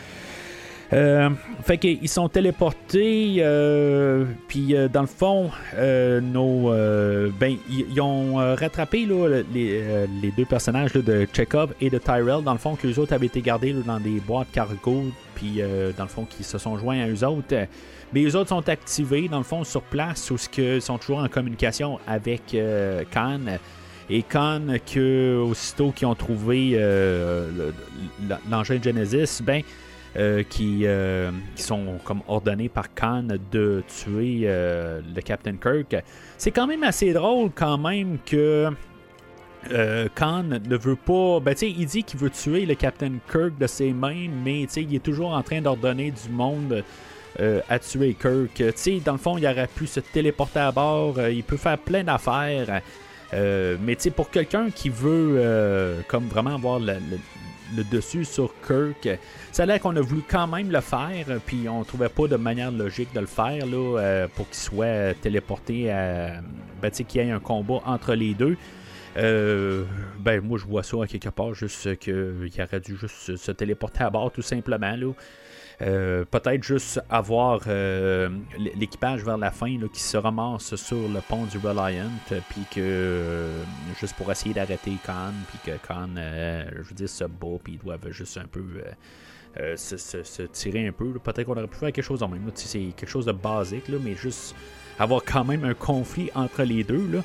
[SPEAKER 3] Euh, fait qu'ils sont téléportés, euh, puis euh, dans le fond, euh, nos, euh, ben ils ont euh, rattrapé là, les, euh, les deux personnages là, de Chekhov et de Tyrell, dans le fond, que les autres avaient été gardés là, dans des boîtes cargo, puis euh, dans le fond, qui se sont joints à eux autres. Mais les autres sont activés, dans le fond, sur place, où ils sont toujours en communication avec euh, Khan. Et Khan, que, aussitôt qu'ils ont trouvé euh, le, l'engin Genesis, ben Euh, qui, euh, qui sont comme ordonnés par Khan de tuer euh, le Captain Kirk. C'est quand même assez drôle quand même que euh, Khan ne veut pas... Ben tu sais, il dit qu'il veut tuer le Captain Kirk de ses mains, mais tu sais, il est toujours en train d'ordonner du monde euh, à tuer Kirk. Tu sais, dans le fond, il aurait pu se téléporter à bord, euh, il peut faire plein d'affaires, euh, mais tu sais, pour quelqu'un qui veut euh, comme vraiment avoir le, le le dessus sur Kirk. Ça a l'air qu'on a voulu quand même le faire, puis on trouvait pas de manière logique de le faire là, euh, pour qu'il soit téléporté à... Ben, tu sais, qu'il y ait un combat entre les deux. Euh, ben, moi, je vois ça à quelque part, juste qu'il aurait dû juste se téléporter à bord, tout simplement, là. Euh, peut-être juste avoir euh, l'équipage vers la fin là, qui se ramasse sur le pont du Reliant, puis que euh, juste pour essayer d'arrêter Khan, puis que Khan, euh, je veux dire, se bat, puis ils doivent juste un peu euh, euh, se, se, se tirer un peu. Là. Peut-être qu'on aurait pu faire quelque chose en même. Là. C'est quelque chose de basique, là, mais juste avoir quand même un conflit entre les deux. Là.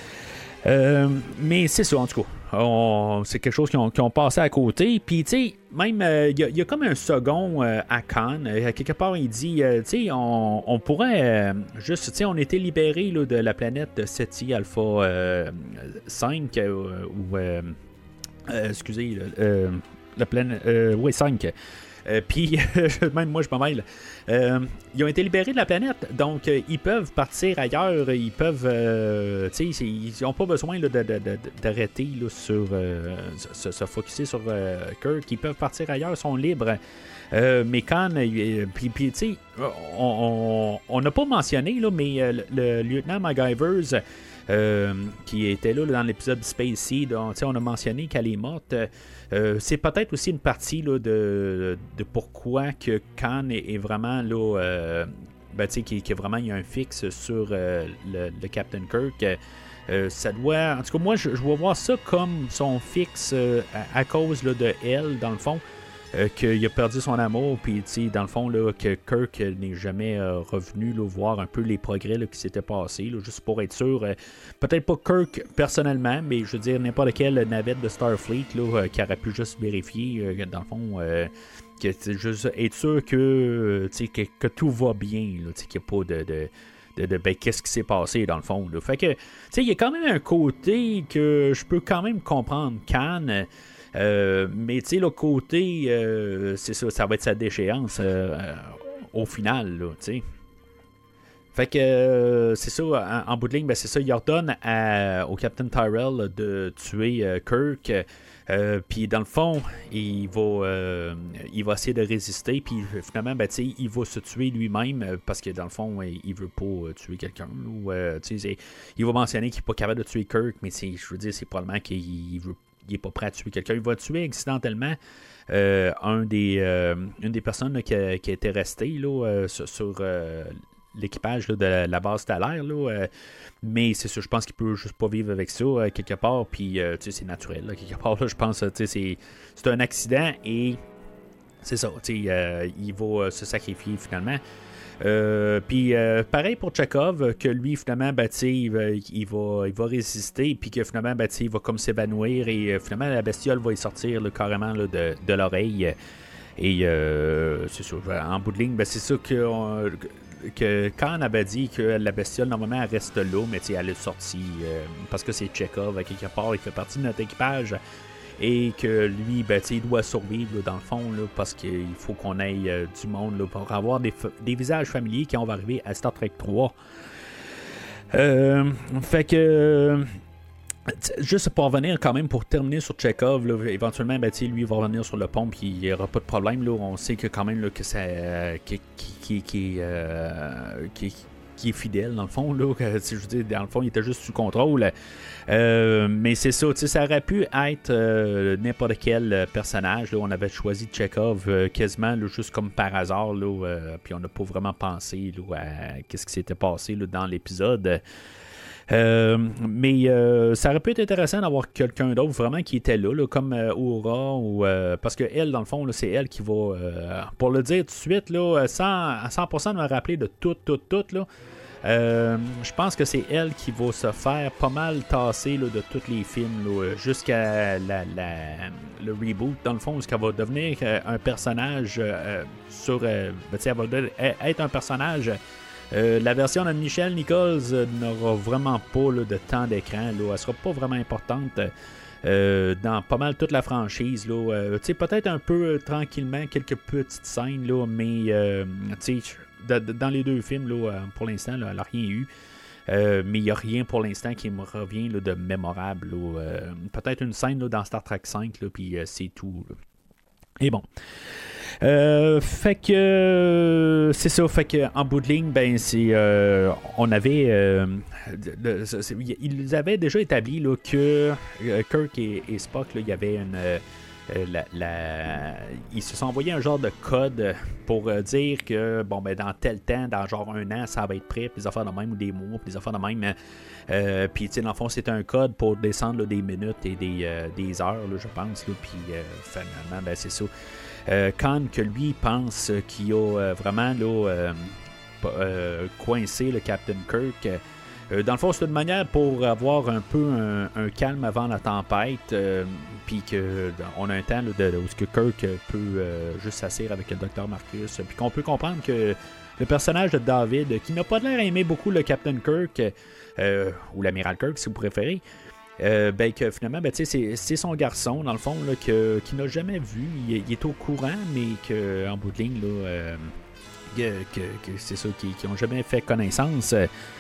[SPEAKER 3] Euh, mais c'est ça, en tout cas. On, c'est quelque chose qu'ils ont, qu'ils ont passé à côté. Puis, tu sais, même, il euh, y, y a comme un second euh, à Khan. Euh, quelque part, il dit, euh, tu sais, on, on pourrait euh, juste, tu sais, on était libérés là, de la planète Ceti Alpha euh, cinq, euh, ou, euh, euh, excusez, euh, la planète, euh, oui, cinq. Euh, Puis, même moi, je m'en mêle. Euh, ils ont été libérés de la planète, donc euh, ils peuvent partir ailleurs. Ils peuvent, euh, tu sais, ils n'ont pas besoin là, de, de, de, d'arrêter là, sur euh, se, se focusser sur euh, Kirk. Ils peuvent partir ailleurs, ils sont libres. Euh, mais quand, euh, puis, puis tu sais, on n'a pas mentionné là, mais euh, le, le lieutenant MacGyvers. Euh, qui était là, là dans l'épisode Space Seed, on, on a mentionné qu'elle est morte. Euh, c'est peut-être aussi une partie là, de, de pourquoi que Khan est, est vraiment là, euh, ben, tu sais, qui, qui vraiment il y a un fixe sur euh, le, le Captain Kirk. Euh, ça doit. En tout cas, moi, je, je vais voir ça comme son fixe euh, à, à cause là, de elle, dans le fond. Euh, qu'il a perdu son amour, puis dans le fond, là, que Kirk n'est jamais euh, revenu là, voir un peu les progrès là, qui s'étaient passés, là, juste pour être sûr. Euh, peut-être pas Kirk personnellement, mais je veux dire, n'importe quelle navette de Starfleet là, euh, qui aurait pu juste vérifier, euh, dans le fond, euh, que, juste être sûr que, que, que tout va bien, là, qu'il n'y a pas de. de De, de ben, qu'est-ce qui s'est passé dans le fond. Là. Fait que, tu sais, il y a quand même un côté que je peux quand même comprendre Khan, euh, mais tu sais, le côté, euh, c'est ça, ça va être sa déchéance euh, euh, au final, là, tu sais. Fait que, euh, c'est ça, en, en bout de ligne, ben, c'est ça, il ordonne à, au Captain Tyrell de tuer euh, Kirk. Euh, puis dans le fond, il va, euh, il va essayer de résister, puis finalement, ben, il va se tuer lui-même parce que dans le fond, il veut pas euh, tuer quelqu'un. Ou, euh, il va mentionner qu'il n'est pas capable de tuer Kirk, mais je veux dire, c'est probablement qu'il veut, il est pas prêt à tuer quelqu'un. Il va tuer accidentellement euh, un des, euh, une des personnes là, qui, a, qui était restée là, euh, sur, sur euh, l'équipage là, de la, la base stellaire. Là, euh, mais c'est sûr, je pense qu'il peut juste pas vivre avec ça euh, quelque part. Puis euh, c'est naturel. Là, quelque part, là, je pense que c'est, c'est un accident et c'est ça. Euh, il va euh, se sacrifier finalement. Euh, puis euh, pareil pour Chekhov, que lui finalement ben, il, va, il, va, il va résister, puis que finalement ben, il va comme s'évanouir et euh, finalement la bestiole va y sortir là, carrément là, de, de l'oreille. Et euh, c'est ça, en bout de ligne, ben, c'est ça que, on, que quand on avait dit que la bestiole normalement elle reste là, mais elle est sortie euh, parce que c'est Chekhov à quelque part, il fait partie de notre équipage. Et que lui, ben, il doit survivre là, dans le fond, là, parce qu'il faut qu'on aille euh, du monde là, pour avoir des, des visages familiers qui vont arriver à Star Trek trois. Euh, fait que... Euh, juste pour revenir quand même, pour terminer sur Chekhov, là, éventuellement, ben, lui, il va revenir sur le pont, puis il n'y aura pas de problème. Là, on sait que quand même là, que ça... Euh, qui, qui, qui, qui, euh, qui qui est fidèle dans le fond là, je veux dire, dans le fond il était juste sous contrôle, euh, mais c'est ça, ça aurait pu être euh, n'importe quel personnage là. On avait choisi Chekhov euh, quasiment là, juste comme par hasard là, euh, puis on n'a pas vraiment pensé là, à qu'est-ce qui s'était passé là, dans l'épisode. Euh, mais euh, ça aurait pu être intéressant d'avoir quelqu'un d'autre vraiment qui était là, là comme euh, Uhura, ou, euh, parce que elle, dans le fond, là, c'est elle qui va, euh, pour le dire tout de suite, là, sans, à cent pour cent de me rappeler de tout, tout, tout, là, euh, je pense que c'est elle qui va se faire pas mal tasser là, de tous les films là, jusqu'à la, la, le reboot, dans le fond, où elle va devenir euh, un personnage euh, sur... Euh, ben, elle va de, être un personnage... Euh, la version de Michelle Nichols euh, n'aura vraiment pas là, de temps d'écran. Là. Elle ne sera pas vraiment importante euh, dans pas mal toute la franchise. Là. Euh, peut-être un peu euh, tranquillement, quelques petites scènes, là, mais euh, de, de, dans les deux films, là, pour l'instant, là, elle n'a rien eu. Euh, mais il n'y a rien pour l'instant qui me revient là, de mémorable. Là. Euh, peut-être une scène là, dans Star Trek cinq, puis euh, c'est tout. Là. Et bon. Euh, fait que euh, c'est ça, fait que en bout de ligne, ben c'est euh, on avait euh, le, c'est, ils avaient déjà établi là, que euh, Kirk et, et Spock, là, il y avait une euh, la, la, ils se sont envoyés un genre de code pour euh, dire que bon ben dans tel temps, dans genre un an, ça va être prêt, puis des affaires de même, ou des mois, puis des affaires de même. Euh, puis tu sais, dans le fond, c'était un code pour descendre là, des minutes et des, euh, des heures, là, je pense. Là, puis euh, finalement, ben c'est ça. Euh, Khan, que lui pense qu'il a euh, vraiment là, euh, euh, coincé le Captain Kirk. Euh, dans le fond, c'est une manière pour avoir un peu un, un calme avant la tempête, euh, puis qu'on a un temps là, de, de, où ce que Kirk peut euh, juste s'asseoir avec le docteur Marcus, puis qu'on peut comprendre que le personnage de David, qui n'a pas l'air aimer beaucoup le Captain Kirk, euh, ou l'amiral Kirk si vous préférez, Euh, ben que finalement ben, c'est, c'est son garçon dans le fond là, que, qu'il n'a jamais vu, il, il est au courant, mais qu'en bout de ligne là, euh, que, que c'est ça, qu'ils n'ont jamais fait connaissance.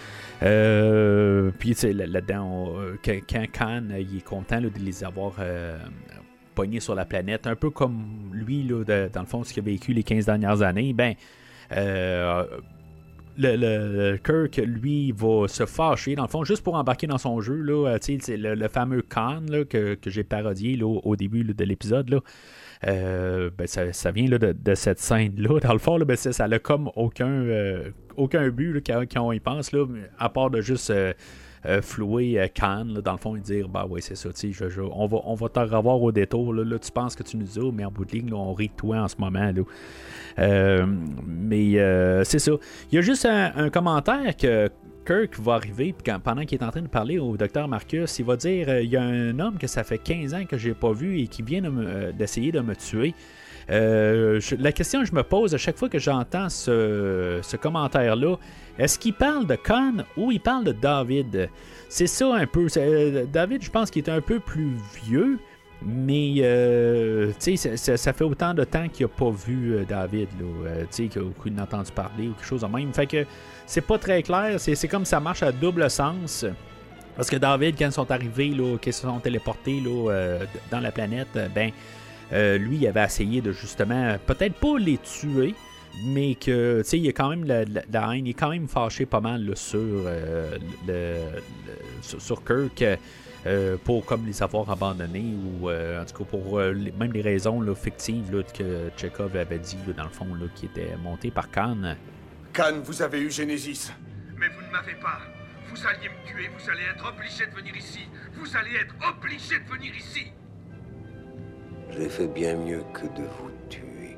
[SPEAKER 3] Euh, puis là, là-dedans on, que, quand Khan il est content là, de les avoir euh, pognés sur la planète, un peu comme lui là, de, dans le fond ce qu'il a vécu les quinze dernières années, ben euh, le, le, le Kirk, lui, va se fâcher, dans le fond, juste pour embarquer dans son jeu. Là, c'est le, le fameux Khan là, que, que j'ai parodié là, au début là, de l'épisode. Là. Euh, ben, ça, ça vient là, de, de cette scène-là. Dans le fond, là, ben, ça, ça n'a comme aucun, euh, aucun but là, quand, quand on y pense, là, à part de juste euh, euh, flouer euh, Khan, là, dans le fond, et dire bah oui, c'est ça, je, je, on va, on va te revoir au détour. Là, là, tu penses que tu nous as, mais en bout de ligne, là, on rit de toi en ce moment. Là. Euh, mais euh, c'est ça. Il y a juste un, un commentaire que Kirk va arriver, puis pendant qu'il est en train de parler au docteur Marcus, il va dire euh, il y a un homme que ça fait quinze ans que j'ai pas vu et qui vient de me, euh, d'essayer de me tuer. Euh, je, la question que je me pose à chaque fois que j'entends ce, ce commentaire-là, est-ce qu'il parle de Khan ou il parle de David? C'est ça un peu. C'est, David, je pense qu'il est un peu plus vieux. Mais, euh, tu sais, ça, ça fait autant de temps qu'il n'a pas vu euh, David, là, euh, tu sais, qu'il n'a entendu parler ou quelque chose de même. Fait que c'est pas très clair. C'est, c'est comme ça marche à double sens. Parce que David, quand ils sont arrivés, là, qu'ils se sont téléportés là, euh, dans la planète, ben, euh, lui, il avait essayé de justement, peut-être pas les tuer, mais que, tu sais, il a quand même la, la, la haine, il est quand même fâché pas mal là, sur, euh, le, le, sur, sur Kirk. Euh, pour comme les avoir abandonnés ou euh, en tout cas pour euh, les, même les raisons là, fictives là, que Chekhov avait dit là, dans le fond là, qui étaient montées par Khan.
[SPEAKER 2] Khan, vous avez eu Genesis.
[SPEAKER 7] Mais vous ne m'avez pas. Vous alliez me tuer, vous allez être obligé de venir ici. Vous allez être obligé de venir ici.
[SPEAKER 8] J'ai fait bien mieux que de vous tuer.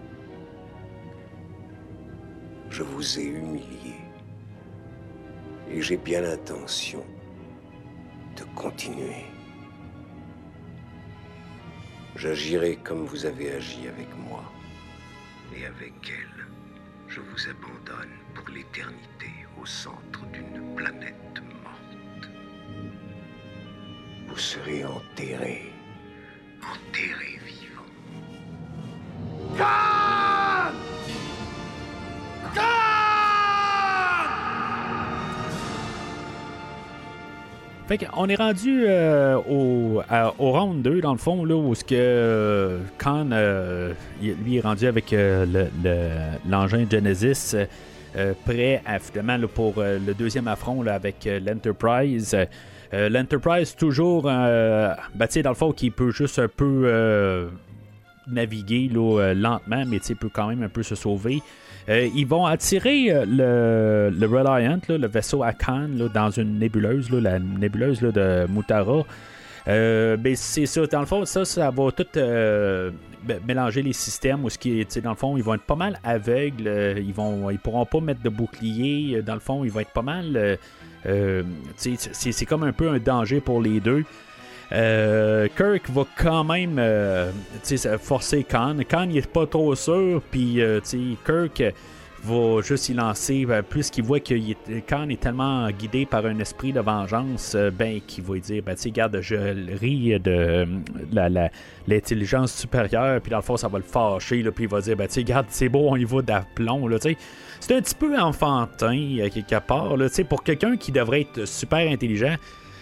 [SPEAKER 8] Je vous ai humilié. Et j'ai bien l'intention de continuer. J'agirai comme vous avez agi avec moi. Et avec elle, je vous abandonne pour l'éternité au centre d'une planète morte. Vous serez enterré, enterré vivant.
[SPEAKER 7] Khan! Khan!
[SPEAKER 3] Fait qu'on est rendu euh, au, à, au round deux, dans le fond, là, où ce que euh, Khan, euh, lui, est rendu avec euh, le, le, l'engin Genesis, euh, prêt à, finalement, là, pour euh, le deuxième affront là, avec euh, l'Enterprise. Euh, L'Enterprise, toujours, euh, ben, tu sais, dans le fond, qui peut juste un peu euh, naviguer là, euh, lentement, mais tu sais, peut quand même un peu se sauver. Euh, ils vont attirer euh, le, le Reliant, là, le vaisseau à Khan, là, dans une nébuleuse, là, la nébuleuse là, de Mutara. Euh, ben, c'est ça, dans le fond, ça, ça va tout euh, mélanger les systèmes. Où ce qui est, dans le fond, ils vont être pas mal aveugles. Euh, ils vont, ils pourront pas mettre de bouclier. Dans le fond, ils vont être pas mal. Euh, euh, c'est, c'est comme un peu un danger pour les deux. Euh, Kirk va quand même euh, forcer Khan. Khan il est pas trop sûr, puis euh, Kirk va juste y lancer, euh, plus qu'il voit que il est, Khan est tellement guidé par un esprit de vengeance, euh, ben qu'il va lui dire, ben tu sais, regarde, je ris de euh, la, la, l'intelligence supérieure, puis dans le fond ça va le fâcher, puis il va dire, ben tu sais, regarde, c'est beau, on y va d'aplomb, là, tu sais. C'est un petit peu enfantin, à quelque part, là, tu sais, pour quelqu'un qui devrait être super intelligent.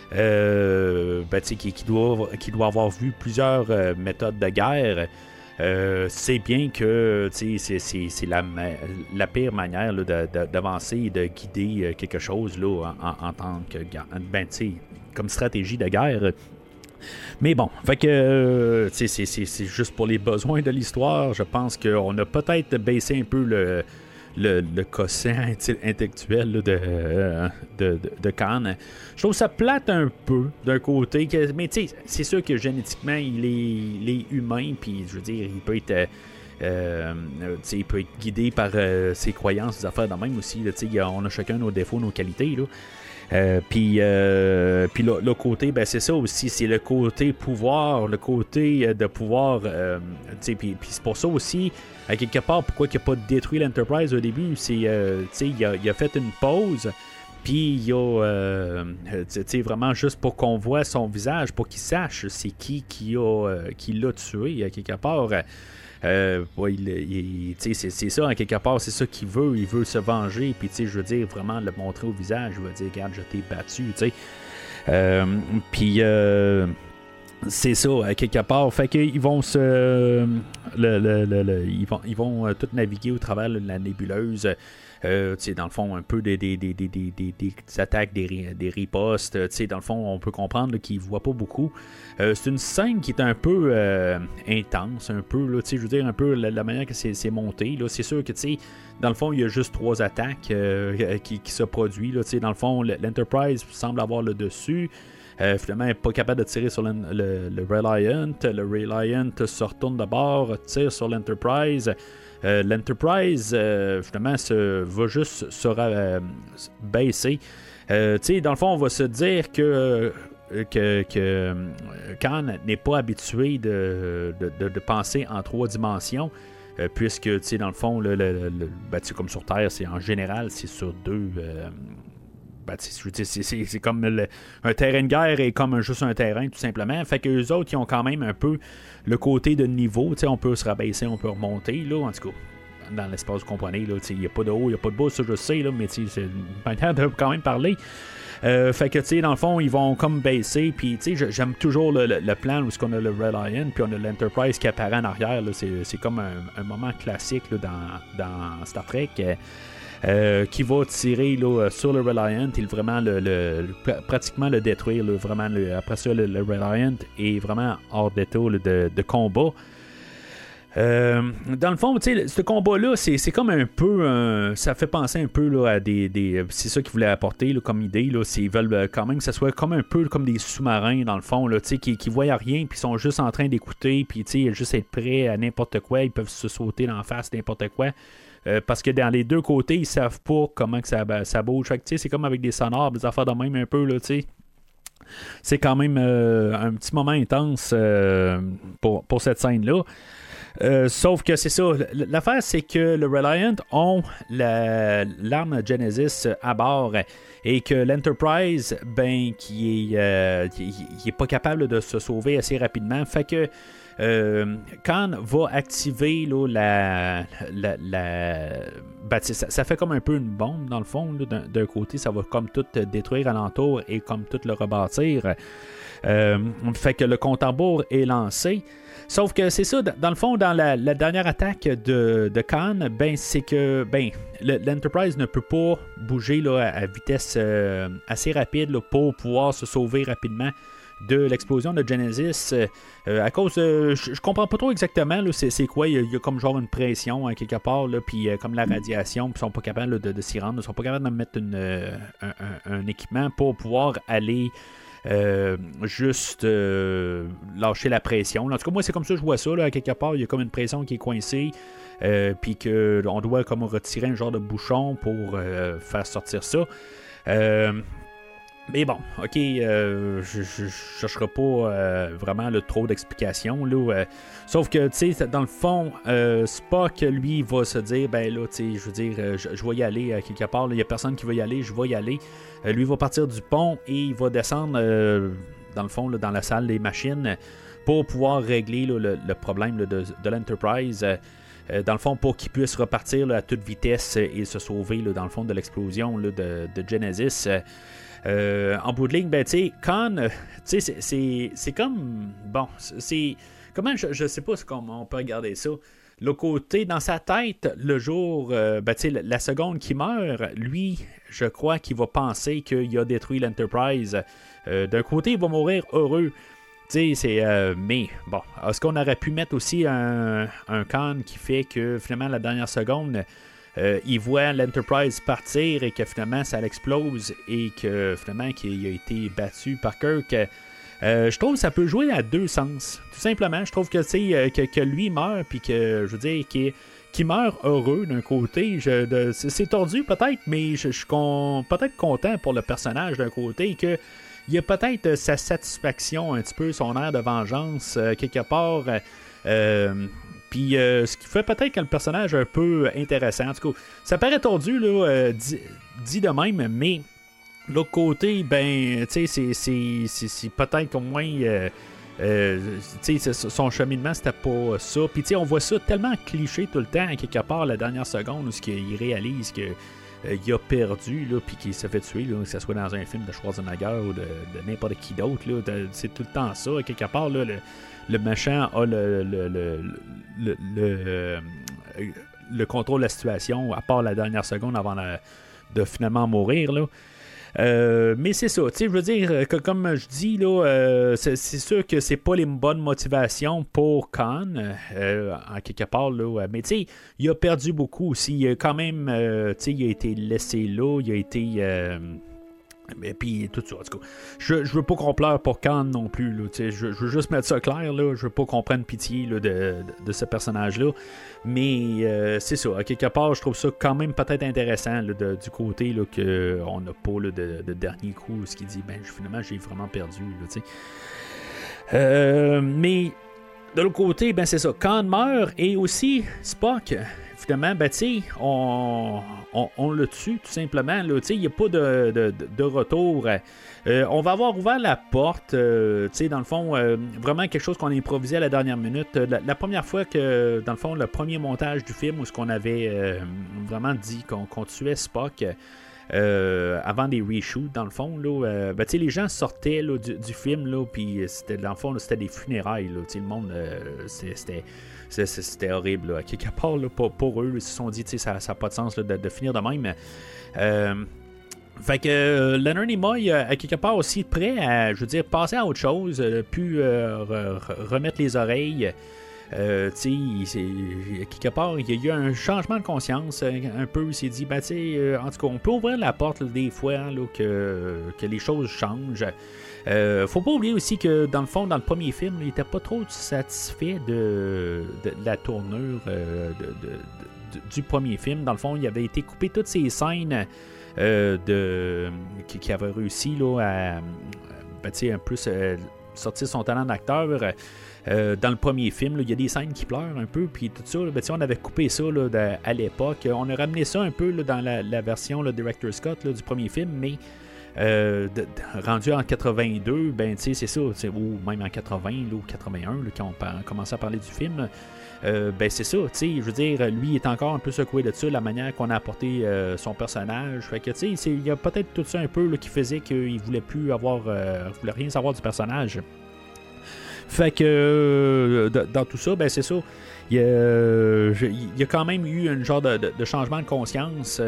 [SPEAKER 3] Euh, ben, qui, qui, doit, qui doit avoir vu plusieurs euh, méthodes de guerre, euh, c'est bien que c'est, c'est, c'est la, la pire manière là, de, de, d'avancer et de guider quelque chose là, en, en tant que ben, comme stratégie de guerre. Mais bon, fait que euh, c'est, c'est, c'est juste pour les besoins de l'histoire. Je pense qu'on a peut-être baissé un peu le le, le quotient intellectuel là, de, euh, de, de, de Khan. Je trouve ça plate un peu d'un côté, que, mais tu sais, c'est sûr que génétiquement, il est, il est humain, puis je veux dire, il peut être... Euh, il peut être guidé par euh, ses croyances, ses affaires de même aussi. Là, y a, on a chacun nos défauts, nos qualités. Là. Euh, puis euh, puis le, le côté, ben c'est ça aussi, c'est le côté pouvoir, le côté de pouvoir. Euh, puis c'est pour ça aussi, à quelque part, pourquoi il n'a pas détruit l'Enterprise au début, c'est euh, il a, il a fait une pause. Puis il y a euh, vraiment juste pour qu'on voit son visage, pour qu'il sache c'est qui qui, a, euh, qui l'a tué à quelque part. Euh, ouais, il, il, c'est, c'est ça, en quelque part, c'est ça qu'il veut. Il veut se venger. Puis, je veux dire, vraiment le montrer au visage. Il va dire, regarde, je t'ai battu. Euh, puis, euh, c'est ça, à quelque part. Fait qu'ils vont se. Le, le, le, le, ils vont, ils vont euh, tout naviguer au travers de la nébuleuse. Euh, dans le fond, un peu des, des, des, des, des, des, des attaques, des, des ripostes. Dans le fond, on peut comprendre là, qu'il ne voit pas beaucoup. Euh, c'est une scène qui est un peu euh, intense, un peu, là, je veux dire, un peu la, la manière que c'est, c'est monté. Là. C'est sûr que, dans le fond, il y a juste trois attaques euh, qui, qui se produisent. Là, dans le fond, l'Enterprise semble avoir le dessus. Euh, finalement, elle n'est pas capable de tirer sur le, le, le Reliant. Le Reliant se retourne de bord, tire sur l'Enterprise. Euh, L'Enterprise, euh, finalement, se, va juste se euh, baisser. Euh, dans le fond, on va se dire que, que, que Khan n'est pas habitué de, de, de, de penser en trois dimensions, euh, puisque, dans le fond, le, le, le, ben, comme sur Terre, c'est en général, c'est sur deux... Euh, ben, c'est, c'est, c'est, c'est comme le, un terrain de guerre et comme juste un terrain, tout simplement. Fait qu'eux autres, ils ont quand même un peu le côté de niveau. On peut se rabaisser, on peut remonter. Là, en tout cas, dans l'espace, vous comprenez, il n'y a pas de haut, il n'y a pas de bas, ça je sais, là, mais c'est une manière de quand même parler. Euh, fait que, tu sais, dans le fond, ils vont comme baisser. Puis, tu sais, j'aime toujours le, le, le plan où on a le Reliant, puis on a l'Enterprise qui apparaît en arrière. Là, c'est, c'est comme un, un moment classique là, dans, dans Star Trek. Euh, qui va tirer là, sur le Reliant et vraiment le, le, le, pratiquement le détruire. Là, vraiment, le, après ça, le, le Reliant est vraiment hors d'état là, de, de combat. Euh, dans le fond, ce combat-là, c'est, c'est comme un peu... Euh, ça fait penser un peu là, à des, des... C'est ça qu'ils voulaient apporter là, comme idée. Là, c'est, ils veulent quand même que ça soit comme un peu comme des sous-marins, dans le fond, là, qui ne voient rien, puis sont juste en train d'écouter, puis juste être prêts à n'importe quoi. Ils peuvent se sauter d'en face n'importe quoi. Euh, parce que dans les deux côtés, ils savent pas comment que ça, ça bouge. Fait que, c'est comme avec des sonores, des affaires de même un peu. Là, c'est quand même euh, un petit moment intense euh, pour, pour cette scène-là. Euh, sauf que c'est ça. L'affaire, c'est que le Reliant ont la, l'arme Genesis à bord et que l'Enterprise, ben, qui est, euh, qui, qui est pas capable de se sauver assez rapidement. Fait que Euh, Khan va activer là, la, la, la ben, ça, ça fait comme un peu une bombe dans le fond là, d'un, d'un côté ça va comme tout détruire alentour et comme tout le rebâtir. Euh, fait que le compte à rebours est lancé. Sauf que c'est ça, dans le fond, dans la, la dernière attaque de, de Khan, ben, c'est que ben, le, l'Enterprise ne peut pas bouger là, à, à vitesse euh, assez rapide là, pour pouvoir se sauver rapidement de l'explosion de Genesis euh, à cause de, je, je comprends pas trop exactement là, c'est, c'est quoi, il y, y a comme genre une pression hein, quelque part là, puis euh, comme la radiation, puis ils sont pas capables là, de, de s'y rendre, ils sont pas capables de mettre une, euh, un, un, un équipement pour pouvoir aller euh, juste euh, lâcher la pression là. En tout cas moi c'est comme ça que je vois ça là, à quelque part il y a comme une pression qui est coincée euh, puis qu'on doit comme retirer un genre de bouchon pour euh, faire sortir ça. euh, Mais bon, ok, euh, je ne chercherai pas euh, vraiment là, trop d'explications. Là, euh, sauf que, tu sais, dans le fond, euh, Spock, lui, va se dire, ben là, tu sais, je veux dire, euh, je, je vais y aller euh, quelque part. Il n'y a personne qui veut y aller, je vais y aller. Euh, lui, il va partir du pont et il va descendre, euh, dans le fond, là, dans la salle des machines pour pouvoir régler là, le, le problème là, de, de l'Enterprise. Euh, dans le fond, pour qu'il puisse repartir là, à toute vitesse et se sauver, là, dans le fond, de l'explosion là, de, de Genesis. Euh, Euh, en bout de ligne, ben, tu sais, Khan, tu sais, c'est, c'est, c'est comme. Bon, c'est. Comment, je, je sais pas comment on peut regarder ça. Le côté, dans sa tête, le jour, euh, ben, tu sais, la, la seconde qu'il meurt, lui, je crois qu'il va penser qu'il a détruit l'Enterprise. Euh, d'un côté, il va mourir heureux. Tu sais, c'est. Euh, mais, bon, est-ce qu'on aurait pu mettre aussi un, un Khan qui fait que, finalement, la dernière seconde. Euh, il voit l'Enterprise partir et que finalement ça l'explose et que finalement qu'il a été battu par Kirk. Euh, je trouve que ça peut jouer à deux sens. Tout simplement, je trouve que, euh, que, que lui meurt puis que, je veux dire, qu'il, qu'il meurt heureux d'un côté. Je, de, c'est, c'est tordu peut-être, mais je, je suis con, peut-être content pour le personnage d'un côté que il y a peut-être sa satisfaction un petit peu, son air de vengeance euh, quelque part. Euh, Puis euh, ce qui fait peut-être que le personnage est un peu intéressant. En tout cas, ça paraît tordu, là, euh, dit, dit de même, mais l'autre côté, ben, tu sais, c'est, c'est, c'est, c'est peut-être qu'au moins, euh, euh, tu sais, son cheminement, c'était pas ça. Puis, tu sais, on voit ça tellement cliché tout le temps, à quelque part, la dernière seconde, où il réalise que euh, il a perdu, là, puis qu'il s'est fait tuer, là, que ce soit dans un film de Schwarzenegger ou de, de n'importe qui d'autre, là, de, c'est tout le temps ça, à quelque part, là, le, le méchant a le, le, le, le, le, le le contrôle de la situation, à part la dernière seconde avant la, de finalement mourir, là. Euh, mais c'est ça, tu sais, je veux dire, que, comme je dis, là, euh, c'est, c'est sûr que c'est pas les bonnes motivations pour Khan, euh, en quelque part, là, mais tu sais, il a perdu beaucoup aussi, il a quand même, euh, tu sais, il a été laissé là, il a été... Euh, mais puis tout ça, en tout cas, je, je veux pas qu'on pleure pour Khan non plus, là, je, je veux juste mettre ça clair, là, je veux pas qu'on prenne pitié là, de, de, de ce personnage-là, mais euh, c'est ça, à quelque part, je trouve ça quand même peut-être intéressant là, de, du côté là, qu'on n'a pas là, de, de dernier coup, ce qui dit, ben finalement j'ai vraiment perdu, là, tu sais. Euh, mais de l'autre côté, ben c'est ça, Khan meurt et aussi Spock. Finalement, ben, tu sais, on, on, on le tue tout simplement. Tu sais, il n'y a pas de, de, de retour. Euh, on va avoir ouvert la porte. Euh, tu sais, dans le fond, euh, vraiment quelque chose qu'on a improvisé à la dernière minute. La, la première fois que, dans le fond, le premier montage du film où ce qu'on avait euh, vraiment dit qu'on, qu'on tuait Spock. Euh, avant des reshoots, dans le fond, là, euh, ben, les gens sortaient là, du, du film, là, puis c'était, dans le fond, là, c'était des funérailles. Là, le monde, euh, c'était, c'était, c'était horrible. Là. À quelque part, là, pour, pour eux, ils se sont dit, ça n'a pas de sens là, de, de finir de même. Euh, fait que euh, Leonard Nimoy, à quelque part, aussi prêt à, je veux dire, passer à autre chose, euh, puis euh, re, remettre les oreilles. Euh, tu sais, quelque part, il y a eu un changement de conscience un peu. Il s'est dit, ben, tu sais, euh, en tout cas, on peut ouvrir la porte là, des fois hein, là, que, que les choses changent. Euh, faut pas oublier aussi que, dans le fond, dans le premier film, il était pas trop satisfait de, de, de la tournure euh, de, de, de, du premier film. Dans le fond, il avait été coupé toutes ces scènes euh, de, qui, qui avaient réussi là, à, ben, tu sais, un peu euh, sortir son talent d'acteur. Euh, dans le premier film, il y a des scènes qui pleurent un peu, puis tout ça, là, ben, on avait coupé ça là, de, à l'époque. On a ramené ça un peu là, dans la, la version là, Director's Cut là, du premier film, mais euh, de, de, rendu en quatre-vingt-deux, ben, c'est ça, ou même en quatre-vingts là, ou quatre-vingt-un, là, quand on, on commençait à parler du film, euh, ben c'est ça, je veux dire, lui il est encore un peu secoué de ça, la manière qu'on a apporté euh, son personnage. Fait que, tu sais, il y a peut-être tout ça un peu là, qui faisait qu'il voulait plus avoir, euh, voulait rien savoir du personnage. Fait que euh, dans tout ça, ben c'est ça. Il y, a, il y a quand même eu un genre de, de, de changement de conscience.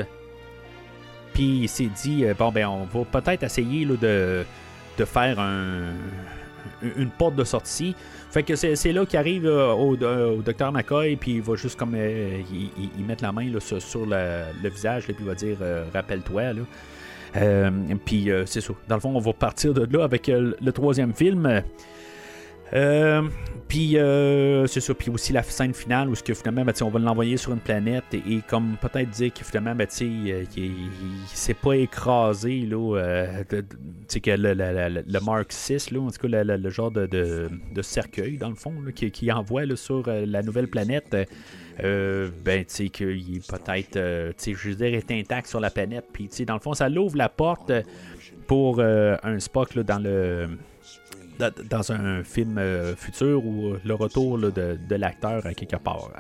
[SPEAKER 3] Puis il s'est dit, bon ben on va peut-être essayer là, de, de faire un, une porte de sortie. Fait que c'est, c'est là qu'il arrive euh, au, euh, au docteur McCoy, puis il va juste comme euh, il, il, il met la main là, sur, sur le, le visage, puis il va dire euh, rappelle-toi là. Euh, puis euh, c'est ça. Dans le fond, on va partir de là avec euh, le troisième film. Euh, puis euh, c'est ça, puis aussi la scène finale où ce que finalement ben, on va l'envoyer sur une planète et, et comme peut-être dire que finalement ben, il, il, il s'est pas écrasé là, euh, de, de, que le, le, le, le Mark six là, en tout cas le, le, le genre de, de, de cercueil dans le fond là, qui, qui envoie là, sur euh, la nouvelle planète. Euh, ben tu sais qu'il est peut-être euh, tu sais je veux dire est intact sur la planète, puis tu sais dans le fond ça l'ouvre la porte pour euh, un Spock là, dans le dans un film euh, futur ou le retour là, de, de l'acteur à quelque part.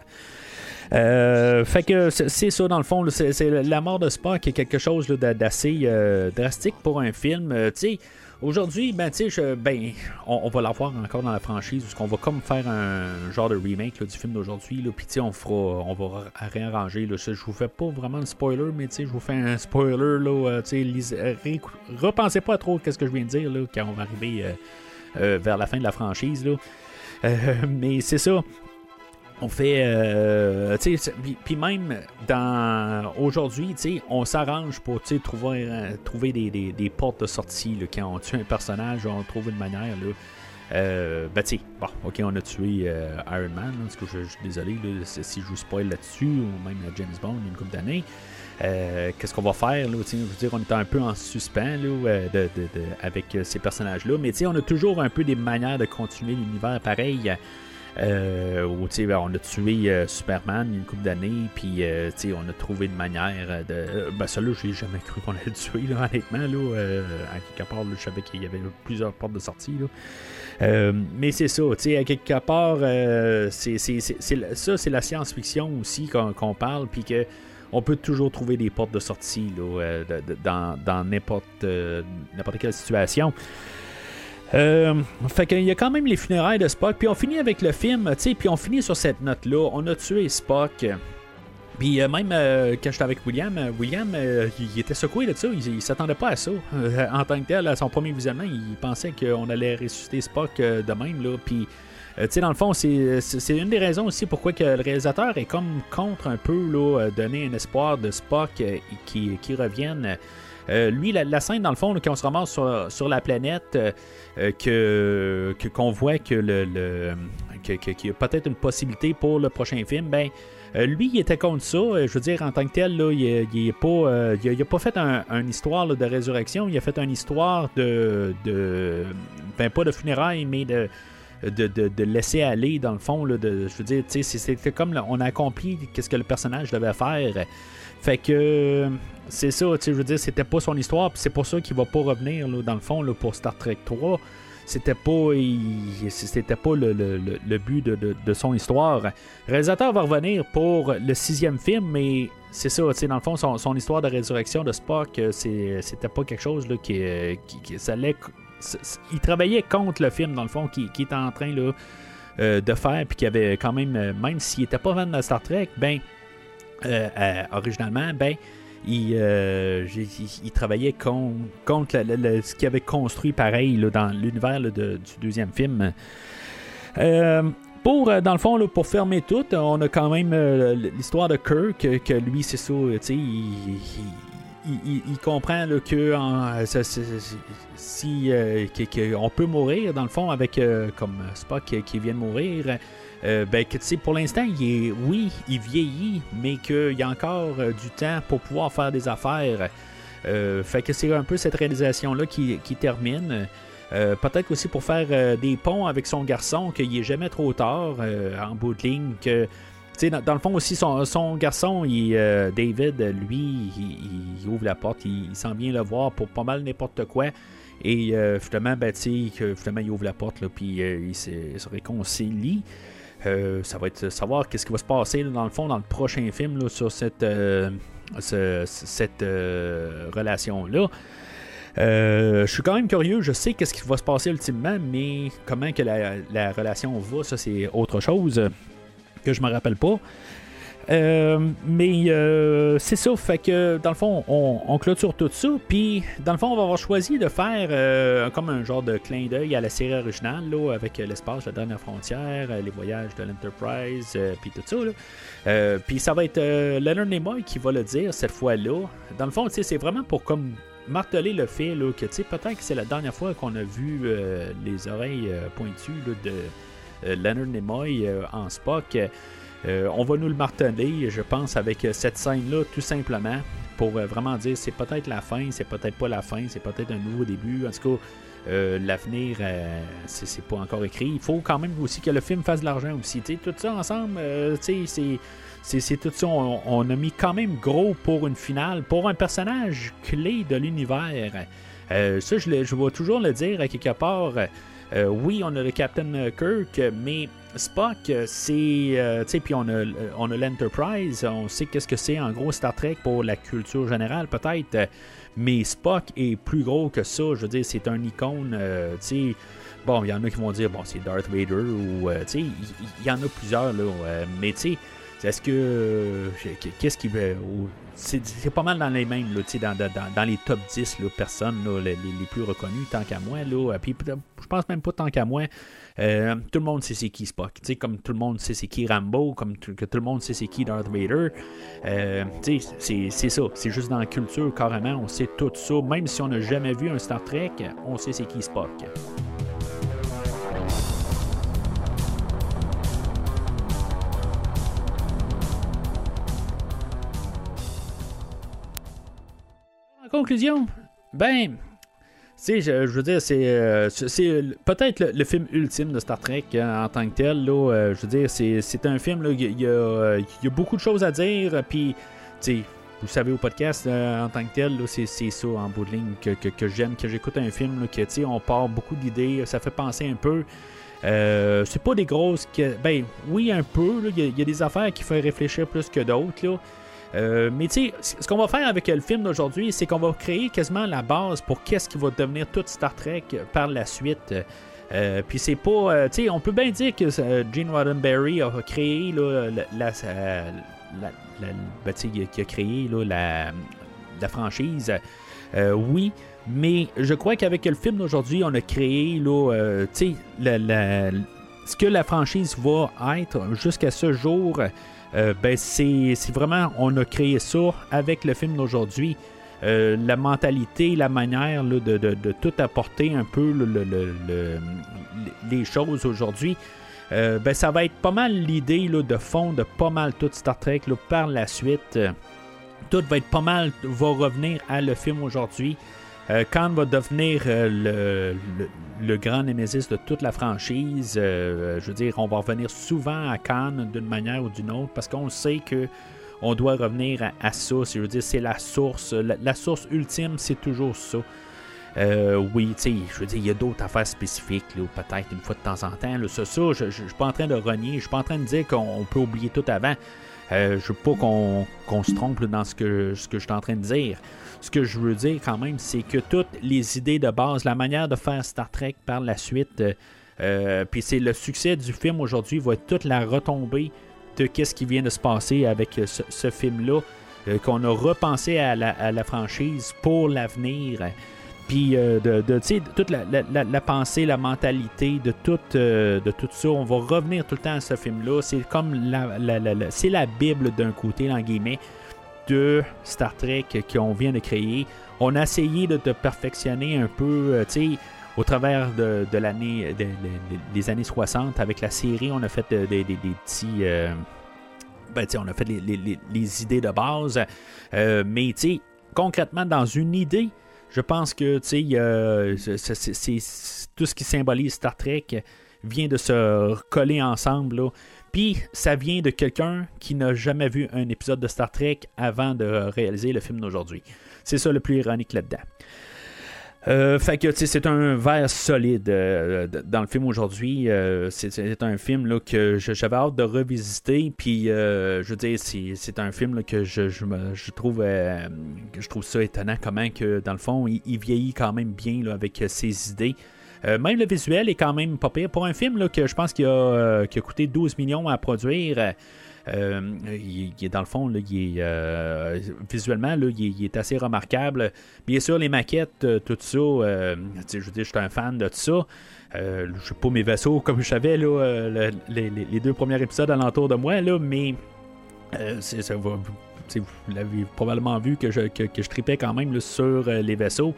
[SPEAKER 3] Euh, fait que c'est, c'est ça dans le fond, là, c'est, c'est la mort de Spock est quelque chose là, d'assez euh, drastique pour un film. Euh, tu sais, aujourd'hui, ben tu sais, ben on, on va l'avoir encore dans la franchise, parce qu'on va comme faire un genre de remake là, du film d'aujourd'hui. Puis tu sais, on fera, on va réarranger. Là, je vous fais pas vraiment de spoiler, mais tu sais, je vous fais un spoiler là. Euh, tu sais, lise, ré, repensez pas trop à ce que je viens de dire là, quand on va arriver. Euh, Euh, vers la fin de la franchise là. Euh, mais c'est ça, on fait euh, tu sais, puis même dans aujourd'hui, tu sais, on s'arrange pour tu sais trouver euh, trouver des, des, des portes de sortie là, quand on tue un personnage, on trouve une manière là. Euh, ben tu sais, bon, ok, on a tué euh, Iron Man, parce que je, je suis désolé là, si je vous spoil là-dessus, ou même James Bond une couple d'années. Euh, qu'est-ce qu'on va faire là, je veux dire, on est un peu en suspens là, de, de, de, avec ces personnages-là, mais on a toujours un peu des manières de continuer l'univers pareil. Euh, où, ben, on a tué euh, Superman une couple d'années, puis euh, on a trouvé une manière de. Ben, ça là, j'ai jamais cru qu'on allait le tuer, là, honnêtement. Là, euh, à quelque part, là, je savais qu'il y avait plusieurs portes de sortie. Là. Euh, mais c'est ça, tu sais, à quelque part, euh, c'est, c'est, c'est, c'est, ça, c'est la science-fiction aussi qu'on, qu'on parle, puis que. On peut toujours trouver des portes de sortie là, euh, de, de, dans, dans n'importe, euh, n'importe quelle situation. Euh, fait qu'il y a quand même les funérailles de Spock. Puis on finit avec le film, tu sais, puis on finit sur cette note-là. On a tué Spock. Puis euh, même euh, quand j'étais avec William, euh, William, euh, il était secoué de ça. Il, il s'attendait pas à ça. Euh, en tant que tel, à son premier visionnement, il pensait qu'on allait ressusciter Spock euh, de même. Là. Puis, euh, tu sais, dans le fond, c'est, c'est, c'est une des raisons aussi pourquoi que le réalisateur est comme contre un peu là, donner un espoir de Spock euh, qui, qui revienne. Euh, lui, la, la scène, dans le fond, là, quand on se ramasse sur, sur la planète, euh, que, que, qu'on voit que le, le que, que, qu'il y a peut-être une possibilité pour le prochain film, ben Euh, lui, il était contre ça. Euh, je veux dire, en tant que tel, là, il n'a pas, euh, il a, il a pas fait un, une histoire là, de résurrection. Il a fait une histoire de... de ben, pas de funérailles, mais de, de, de, de laisser aller, dans le fond. Là, de, je veux dire, tu sais, c'était comme là, on a accompli qu'est-ce que le personnage devait faire. Fait que... C'est ça, tu sais, je veux dire, c'était pas son histoire. Puis c'est pour ça qu'il va pas revenir, là, dans le fond, là, pour Star Trek trois. C'était pas, il, c'était pas le, le, le but de, de, de son histoire. Le réalisateur va revenir pour le sixième film, mais c'est ça, tu sais, dans le fond, son, son histoire de résurrection de Spock, c'est, c'était pas quelque chose là, qui, qui, qui ça allait, il travaillait contre le film, dans le fond, qui, qui était en train là, euh, de faire, puis qui avait quand même, même s'il était pas fan de Star Trek, ben, euh, euh, originalement, ben, Il, euh, il, il travaillait con, contre le, le, ce qu'il avait construit pareil là, dans l'univers là, de, du deuxième film. Euh, pour, dans le fond, là, pour fermer tout, on a quand même euh, l'histoire de Kirk, que, que lui, c'est ça, tu sais, il, il, il, il comprend là, que en, ça, c'est, c'est, si euh, qu'on peut mourir, dans le fond, avec euh, comme Spock qui, qui vient de mourir. Euh, ben que tu sais, pour l'instant, il est, oui, il vieillit, mais qu'il y a encore euh, du temps pour pouvoir faire des affaires. Euh, fait que c'est un peu cette réalisation-là qui, qui termine. Euh, peut-être aussi pour faire euh, des ponts avec son garçon, qu'il n'est jamais trop tard euh, en bout de ligne. Que, dans, dans le fond aussi, son, son garçon, il, euh, David, lui, il, il ouvre la porte, il, il s'en vient le voir pour pas mal n'importe quoi. Et euh, finalement, ben, que, finalement, il ouvre la porte, là, puis euh, il, se, il se réconcilie. Euh, ça va être savoir qu'est-ce qui va se passer là, dans le fond dans le prochain film là, sur cette, euh, ce, cette euh, relation-là. Euh, je suis quand même curieux, je sais qu'est-ce qui va se passer ultimement, mais comment que la, la relation va, ça c'est autre chose que je me rappelle pas. Euh, mais euh, c'est ça, fait que dans le fond on, on clôture tout ça, puis dans le fond on va avoir choisi de faire euh, comme un genre de clin d'œil à la série originale là, avec l'espace, la dernière frontière, les voyages de l'Enterprise, euh, puis tout ça là. Euh, puis ça va être euh, Leonard Nimoy qui va le dire cette fois-là. Dans le fond, tu sais, c'est vraiment pour comme marteler le fait là, que tu sais, peut-être que c'est la dernière fois qu'on a vu euh, les oreilles euh, pointues là, de euh, Leonard Nimoy euh, en Spock. Euh, on va nous le marteler, je pense, avec cette scène-là, tout simplement, pour euh, vraiment dire c'est peut-être la fin, c'est peut-être pas la fin, c'est peut-être un nouveau début. En tout cas, euh, l'avenir, euh, c'est, c'est pas encore écrit. Il faut quand même aussi que le film fasse de l'argent aussi. T'sais, tout ça ensemble, euh, c'est, c'est, c'est tout ça. On, on a mis quand même gros pour une finale, pour un personnage clé de l'univers. Euh, ça, je, le, je vais toujours le dire à quelque part. Euh, oui, on a le Captain Kirk, mais Spock, c'est... Euh, tu sais, puis on a, on a l'Enterprise, on sait qu'est-ce que c'est en gros Star Trek pour la culture générale peut-être, mais Spock est plus gros que ça, je veux dire, c'est un icône, euh, tu sais... Bon, il y en a qui vont dire, bon, c'est Darth Vader, ou, euh, tu sais, il y, y en a plusieurs, là, euh, mais tu sais, est-ce que... Euh, qu'est-ce qui... Euh, c'est, c'est pas mal dans les mêmes, là, dans, dans, dans les top dix là, personnes là, les, les plus reconnues, tant qu'à moi. Là, puis je pense même pas tant qu'à moi. Euh, tout le monde sait c'est qui Spock. Comme tout le monde sait c'est qui Rambo, comme t- que tout le monde sait c'est qui Darth Vader. Euh, c'est, c'est ça. C'est juste dans la culture, carrément. On sait tout ça. Même si on n'a jamais vu un Star Trek, on sait c'est qui Spock. Conclusion, ben, tu sais, je, je veux dire, c'est, euh, c'est peut-être le, le film ultime de Star Trek hein, en tant que tel. Là, euh, je veux dire, c'est, c'est un film, il y, y, y a beaucoup de choses à dire. Puis, tu sais, vous savez, au podcast, euh, en tant que tel, là, c'est, c'est ça, en bout de ligne, que, que, que j'aime, que j'écoute un film, là, que, tu sais, on part beaucoup d'idées, ça fait penser un peu. Euh, c'est pas des grosses. Que, ben, oui, un peu. Il y, y a des affaires qui font réfléchir plus que d'autres, là. Euh, mais tu sais, ce qu'on va faire avec le film d'aujourd'hui, c'est qu'on va créer quasiment la base pour qu'est-ce qui va devenir toute Star Trek par la suite. Euh, Puis c'est pas, euh, tu sais, on peut bien dire que euh, Gene Roddenberry a créé là, la, la, la, la, ben, qui a créé là, la, la franchise. Euh, oui, mais je crois qu'avec le film d'aujourd'hui, on a créé là, euh, la, la, ce que la franchise va être jusqu'à ce jour. Euh, ben c'est, c'est vraiment, on a créé ça avec le film d'aujourd'hui. Euh, la mentalité, la manière là, de, de, de tout apporter un peu le, le, le, le, les choses aujourd'hui, euh, ben ça va être pas mal l'idée là, de fond de pas mal tout Star Trek là, par la suite. Euh, tout va être pas mal, va revenir à le film aujourd'hui. Euh, Khan va devenir euh, le, le, le grand némésis de toute la franchise. Euh, je veux dire, on va revenir souvent à Khan d'une manière ou d'une autre parce qu'on sait que on doit revenir à, à ça. Je veux dire, c'est la source. La, la source ultime, c'est toujours ça. Euh, oui, tu sais, je veux dire, il y a d'autres affaires spécifiques, là, peut-être une fois de temps en temps. Là, ça, ça, je ne suis pas en train de renier. Je suis pas en train de dire qu'on peut oublier tout avant. Euh, je veux pas qu'on, qu'on se trompe là, dans ce que, ce que je suis en train de dire. Ce que je veux dire quand même, c'est que toutes les idées de base, la manière de faire Star Trek par la suite, euh, puis c'est le succès du film aujourd'hui, va être toute la retombée de qu'est-ce qui vient de se passer avec ce, ce film-là, euh, qu'on a repensé à la, à la franchise pour l'avenir. Puis euh, de, de, toute la, la, la pensée, la mentalité de tout, euh, de tout ça, on va revenir tout le temps à ce film-là. C'est comme la, la, la, la, c'est la Bible d'un côté, en guillemets, de Star Trek qu'on vient de créer. On a essayé de, de perfectionner un peu, euh, tu sais, au travers de, de l'année, de, de, de, des années soixante, avec la série, on a fait des, des, des petits... Euh, ben, tu sais, on a fait les, les, les, les idées de base. Euh, mais, tu sais, concrètement, dans une idée, je pense que, tu sais, euh, c'est, c'est, c'est, tout ce qui symbolise Star Trek vient de se coller ensemble, là. Puis, ça vient de quelqu'un qui n'a jamais vu un épisode de Star Trek avant de réaliser le film d'aujourd'hui. C'est ça le plus ironique là-dedans. Euh, fait que, tu sais, c'est un verre solide euh, dans le film aujourd'hui. Euh, c'est, c'est un film là, que je, j'avais hâte de revisiter. Puis, euh, je veux dire, c'est, c'est un film là, que je, je, me, je trouve euh, que je trouve ça étonnant comment que, dans le fond, il, il vieillit quand même bien là, avec ses idées. Euh, même le visuel est quand même pas pire. Pour un film là, que je pense qu'il a, euh, qui a coûté douze millions à produire, euh, il, il est dans le fond, là, il est, euh, visuellement, là, il, est, il est assez remarquable. Bien sûr, les maquettes, euh, tout ça, euh, je veux dire, je suis un fan de tout ça. Euh, je sais pas mes vaisseaux comme je savais, là, euh, les, les, les deux premiers épisodes alentour de moi, là, mais euh, c'est, ça va, vous l'avez probablement vu que je, que, que je tripais quand même là, sur euh, les vaisseaux.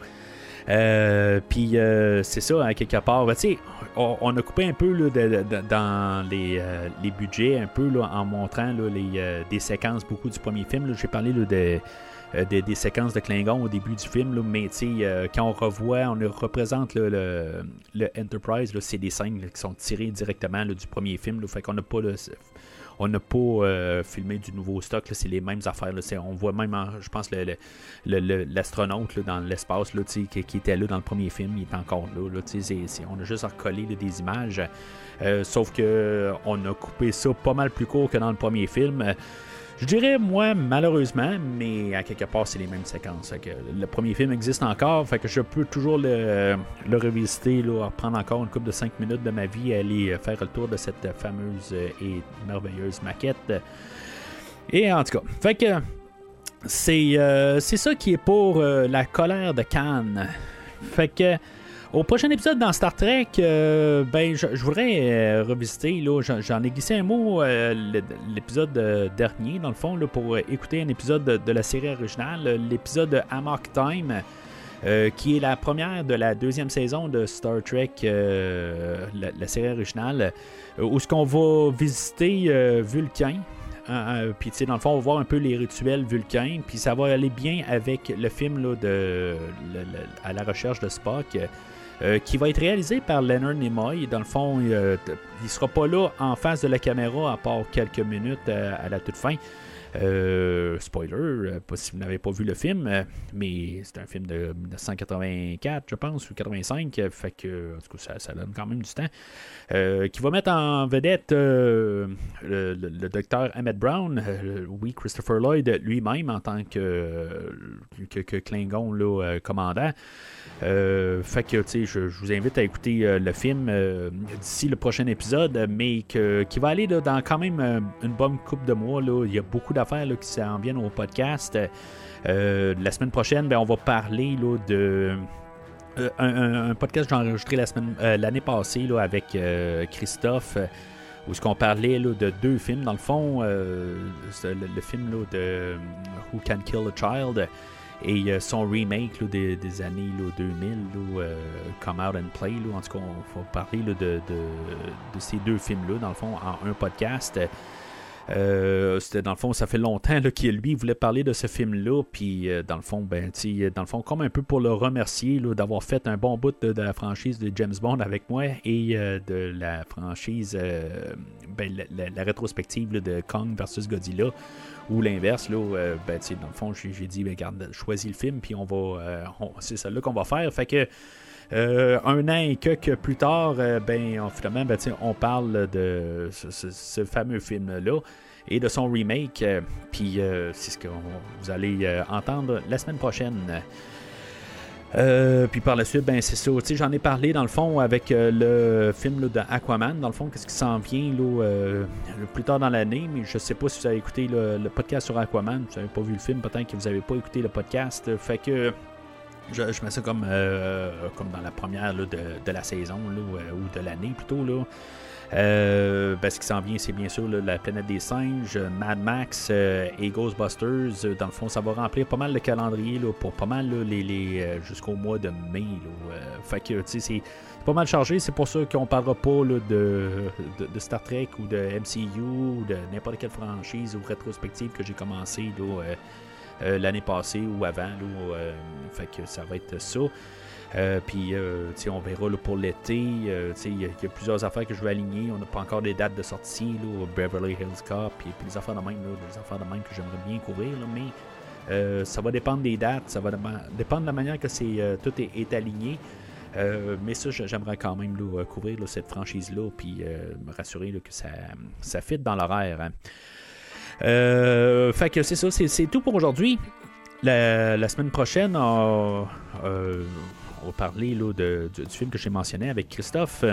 [SPEAKER 3] Euh, puis euh, c'est ça, à quelque part, ben, on, on a coupé un peu là, de, de, de, dans les, euh, les budgets, un peu là, en montrant là, les, euh, des séquences beaucoup du premier film. Là. J'ai parlé là, de, euh, de, des séquences de Klingon au début du film, là, mais euh, quand on revoit, on représente là, le, le Enterprise, là, c'est des scènes là, qui sont tirées directement là, du premier film. Là, fait qu'on n'a pas là, on n'a pas euh, filmé du nouveau stock, là, c'est les mêmes affaires. Là, c'est, on voit même, en, je pense, le, le, le, le, l'astronaute là, dans l'espace là, qui, qui était là dans le premier film, il est encore là. là c'est, c'est, on a juste recollé là, des images. Euh, sauf que on a coupé ça pas mal plus court que dans le premier film. Je dirais, moi, malheureusement, mais à quelque part, c'est les mêmes séquences. Fait que le premier film existe encore, fait que je peux toujours le, le revisiter, là, prendre encore une couple de cinq minutes de ma vie et aller faire le tour de cette fameuse et merveilleuse maquette. Et en tout cas, fait que c'est, euh, c'est ça qui est pour euh, la colère de Khan. Fait que au prochain épisode dans Star Trek, euh, ben, je, je voudrais euh, revisiter, là, j'en, j'en ai glissé un mot euh, l'épisode euh, dernier, dans le fond, là, pour euh, écouter un épisode de, de la série originale, l'épisode Amok Time, euh, qui est la première de la deuxième saison de Star Trek, euh, la, la série originale, euh, où ce qu'on va visiter euh, Vulcain. Euh, puis tu sais, dans le fond, on va voir un peu les rituels vulcains, puis ça va aller bien avec le film là, de le, le, à la recherche de Spock, euh, qui va être réalisé par Leonard Nimoy. Dans le fond, euh, il sera pas là en face de la caméra à part quelques minutes euh, à la toute fin. Euh, spoiler, euh, pas si vous n'avez pas vu le film, euh, mais c'est un film de dix-neuf cent quatre-vingt-quatre, je pense, ou quatre-vingt-cinq, euh, fait que en tout cas, ça, ça donne quand même du temps. Euh, qui va mettre en vedette euh, le, le, le docteur Emmett Brown, euh, oui, Christopher Lloyd lui-même en tant que, que, que Klingon là, euh, commandant. Euh, fait que, tu sais, je, je vous invite à écouter euh, le film euh, d'ici le prochain épisode, mais que, qui va aller là, dans quand même euh, une bonne couple de mois. Là. Il y a beaucoup d'affaires affaires là, qui s'en viennent au podcast. Euh, la semaine prochaine, ben, on va parler là, de euh, un, un podcast que j'ai enregistré la semaine, euh, l'année passée là, avec euh, Christophe, euh, où ce qu'on parlait là, de deux films. Dans le fond, euh, le, le film là, de Who Can Kill a Child et euh, son remake là, des, des années là, deux mille, là, euh, Come Out and Play. Là. En tout cas, on va parler là, de, de, de ces deux films-là, dans le fond, en un podcast. Euh, c'était dans le fond, ça fait longtemps là, qu'il lui voulait parler de ce film-là, puis euh, dans le fond, ben, dans le fond, comme un peu pour le remercier là, d'avoir fait un bon bout de, de la franchise de James Bond avec moi et euh, de la franchise, euh, ben, la, la, la rétrospective là, de Kong versus Godzilla, ou l'inverse, là, euh, ben, dans le fond, j'ai, j'ai dit, ben, regarde, choisis le film, puis on va, euh, on, c'est ça là qu'on va faire, fait que Euh, un an et quelques plus tard, euh, ben, on, finalement, ben, on parle de ce, ce, ce fameux film-là et de son remake. Euh, Puis euh, c'est ce que vous allez euh, entendre la semaine prochaine. Euh, puis par la suite, ben c'est ça. J'en ai parlé dans le fond avec euh, le film là, de Aquaman. Dans le fond, qu'est-ce qui s'en vient là, euh, plus tard dans l'année. Mais je sais pas si vous avez écouté le, le podcast sur Aquaman. Vous n'avez pas vu le film, peut-être que vous n'avez pas écouté le podcast. Fait que Je, je mets ça comme, euh, comme dans la première là, de, de la saison là, ou de l'année plutôt. Là. Euh, ben, ce qui s'en vient, c'est bien sûr là, la planète des singes, Mad Max euh, et Ghostbusters. Dans le fond, ça va remplir pas mal le calendrier là, pour pas mal là, les, les, euh, jusqu'au mois de mai. Là. Euh, fait que c'est, c'est pas mal chargé. C'est pour ça qu'on parlera pas là, de, de, de Star Trek ou de M C U ou de n'importe quelle franchise ou rétrospective que j'ai commencé là, euh, Euh, l'année passée ou avant. Là, euh, fait que ça va être ça. Euh, puis, euh, on verra là, pour l'été. Il euh, y, y a plusieurs affaires que je vais aligner. On n'a pas encore des dates de sortie. Là, Beverly Hills Cop, puis des affaires de même, là, des affaires de même que j'aimerais bien couvrir. Là, mais euh, ça va dépendre des dates. Ça va dépendre de la manière que c'est, euh, tout est, est aligné. Euh, mais ça, j'aimerais quand même là, couvrir là, cette franchise-là. Puis euh, me rassurer là, que ça, ça fit dans l'horaire. Hein. Euh, fait que c'est ça, c'est, c'est tout pour aujourd'hui. La, la semaine prochaine, on, euh, on va parler là, de, du, du film que j'ai mentionné avec Christophe.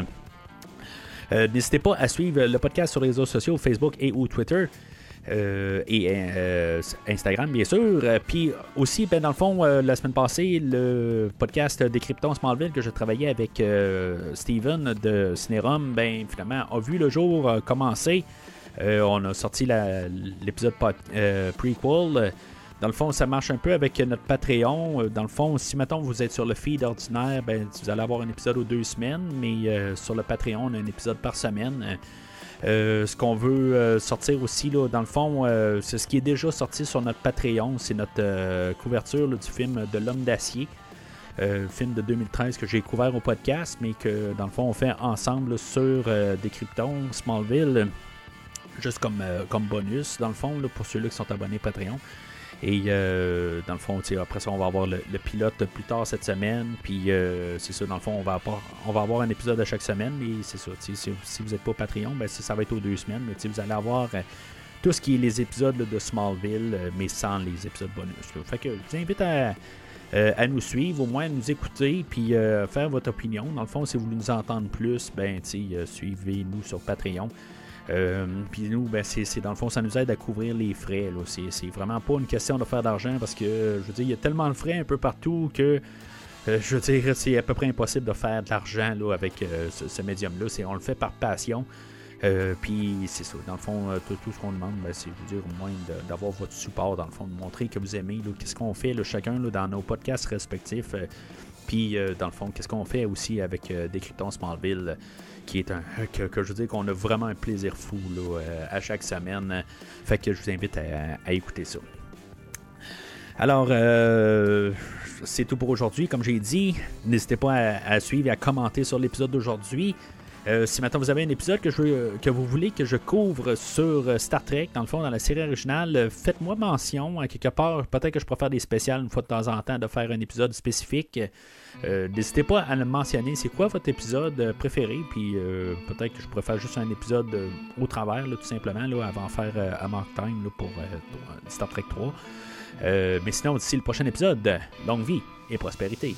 [SPEAKER 3] Euh, n'hésitez pas à suivre le podcast sur les réseaux sociaux, Facebook et ou Twitter. Euh, et euh, Instagram, bien sûr. Puis aussi, ben, dans le fond, euh, la semaine passée, le podcast Décryptons Smallville que je travaillais avec euh, Steven de Cinérum, ben, finalement, a vu le jour euh, commencer. Euh, on a sorti la, l'épisode pod, euh, prequel. Dans le fond, ça marche un peu avec notre Patreon. Dans le fond, si mettons vous êtes sur le feed ordinaire, ben, vous allez avoir un épisode aux deux semaines, mais euh, sur le Patreon, on a un épisode par semaine. Euh, ce qu'on veut euh, sortir aussi, là, dans le fond, euh, c'est ce qui est déjà sorti sur notre Patreon. C'est notre euh, couverture là, du film de l'Homme d'acier. Euh, film de deux mille treize que j'ai couvert au podcast, mais que dans le fond, on fait ensemble là, sur euh, Décryptons Smallville. Juste comme, euh, comme bonus, dans le fond, là, pour ceux-là qui sont abonnés Patreon. Et euh, dans le fond, après ça, on va avoir le, le pilote plus tard cette semaine. Puis euh, c'est ça, dans le fond, on va, avoir, on va avoir un épisode à chaque semaine. Et c'est ça, si, si vous n'êtes pas Patreon, ben, ça va être aux deux semaines. Mais vous allez avoir euh, tout ce qui est les épisodes là, de Smallville, euh, mais sans les épisodes bonus. Là. Fait que je vous invite à, euh, à nous suivre, au moins à nous écouter, puis euh, faire votre opinion. Dans le fond, si vous voulez nous entendre plus, ben, euh, suivez-nous sur Patreon. Euh, puis nous, ben c'est, c'est dans le fond, ça nous aide à couvrir les frais. Là. C'est, c'est vraiment pas une question de faire d'argent parce que, je veux dire, il y a tellement de frais un peu partout que, euh, je veux dire, c'est à peu près impossible de faire de l'argent là, avec euh, ce, ce médium-là. C'est, on le fait par passion. Euh, puis c'est ça. Dans le fond, euh, tout, tout ce qu'on demande, ben, c'est, je veux dire, au moins de, d'avoir votre support, dans le fond, de montrer que vous aimez. Là, qu'est-ce qu'on fait là, chacun là, dans nos podcasts respectifs. Euh, puis, euh, dans le fond, qu'est-ce qu'on fait aussi avec euh, Décryptons Smallville, qui est un que, que je veux dire qu'on a vraiment un plaisir fou là, euh, à chaque semaine. Fait que je vous invite à, à écouter ça. Alors, euh, c'est tout pour aujourd'hui. Comme j'ai dit, n'hésitez pas à, à suivre et à commenter sur l'épisode d'aujourd'hui. Euh, si maintenant vous avez un épisode que, je veux, que vous voulez que je couvre sur Star Trek, dans le fond, dans la série originale, faites-moi mention. À quelque part, peut-être que je préfère des spéciales une fois de temps en temps de faire un épisode spécifique. Euh, n'hésitez pas à le mentionner. C'est quoi votre épisode préféré? Puis euh, peut-être que je pourrais faire juste un épisode euh, au travers, là, tout simplement, là, avant de faire euh, Amok Time là, pour, euh, pour euh, Star Trek trois. Euh, mais sinon, d'ici le prochain épisode, longue vie et prospérité.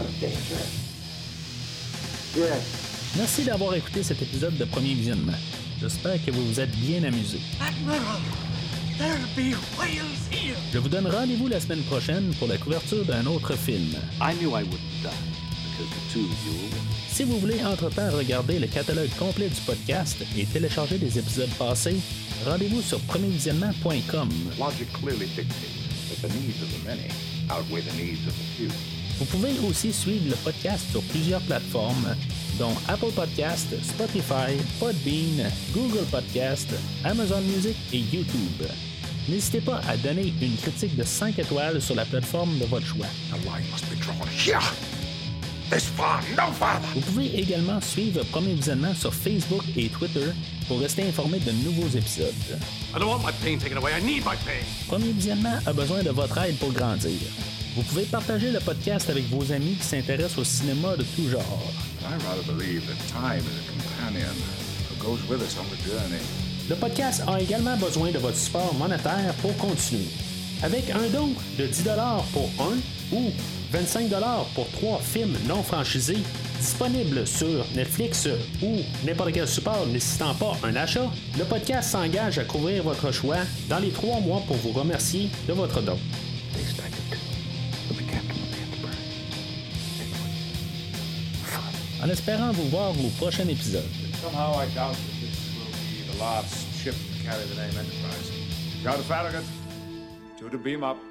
[SPEAKER 3] Merci d'avoir écouté cet épisode de Premier Visionnement. J'espère que vous vous êtes bien amusés.
[SPEAKER 7] Admiral, there'll be whales here.
[SPEAKER 3] Je vous donne rendez-vous la semaine prochaine pour la couverture d'un autre film.
[SPEAKER 9] I knew I wouldn't die, because the two of you will win.
[SPEAKER 3] Si vous voulez entre-temps regarder le catalogue complet du podcast et télécharger les épisodes passés, rendez-vous sur premier visionnement point com.
[SPEAKER 10] Logic clearly dictates that the needs of the many outweigh the needs of the few.
[SPEAKER 3] Vous pouvez aussi suivre le podcast sur plusieurs plateformes, dont Apple Podcast, Spotify, Podbean, Google Podcast, Amazon Music et YouTube. N'hésitez pas à donner une critique de cinq étoiles sur la plateforme de votre choix.
[SPEAKER 10] The line must be drawn here. This far, no farther.
[SPEAKER 3] Vous pouvez également suivre Premier Visionnement sur Facebook et Twitter pour rester informé de nouveaux épisodes.
[SPEAKER 7] I don't want my pain taken away. I need my pain.
[SPEAKER 3] Premier Visionnement a besoin de votre aide pour grandir. Vous pouvez partager le podcast avec vos amis qui s'intéressent au cinéma de tout genre.
[SPEAKER 10] I rather believe that time is a companion who goes with us on the journey.
[SPEAKER 3] Le podcast a également besoin de votre support monétaire pour continuer. Avec un don de dix dollars pour un ou vingt-cinq dollars pour trois films non franchisés disponibles sur Netflix ou n'importe quel support nécessitant pas un achat, le podcast s'engage à couvrir votre choix dans les trois mois pour vous remercier de votre don. En espérant vous voir au prochain épisode.
[SPEAKER 10] Somehow I doubt that this will be the last ship to carry the name Enterprise. Go to Farragut. To the beam up.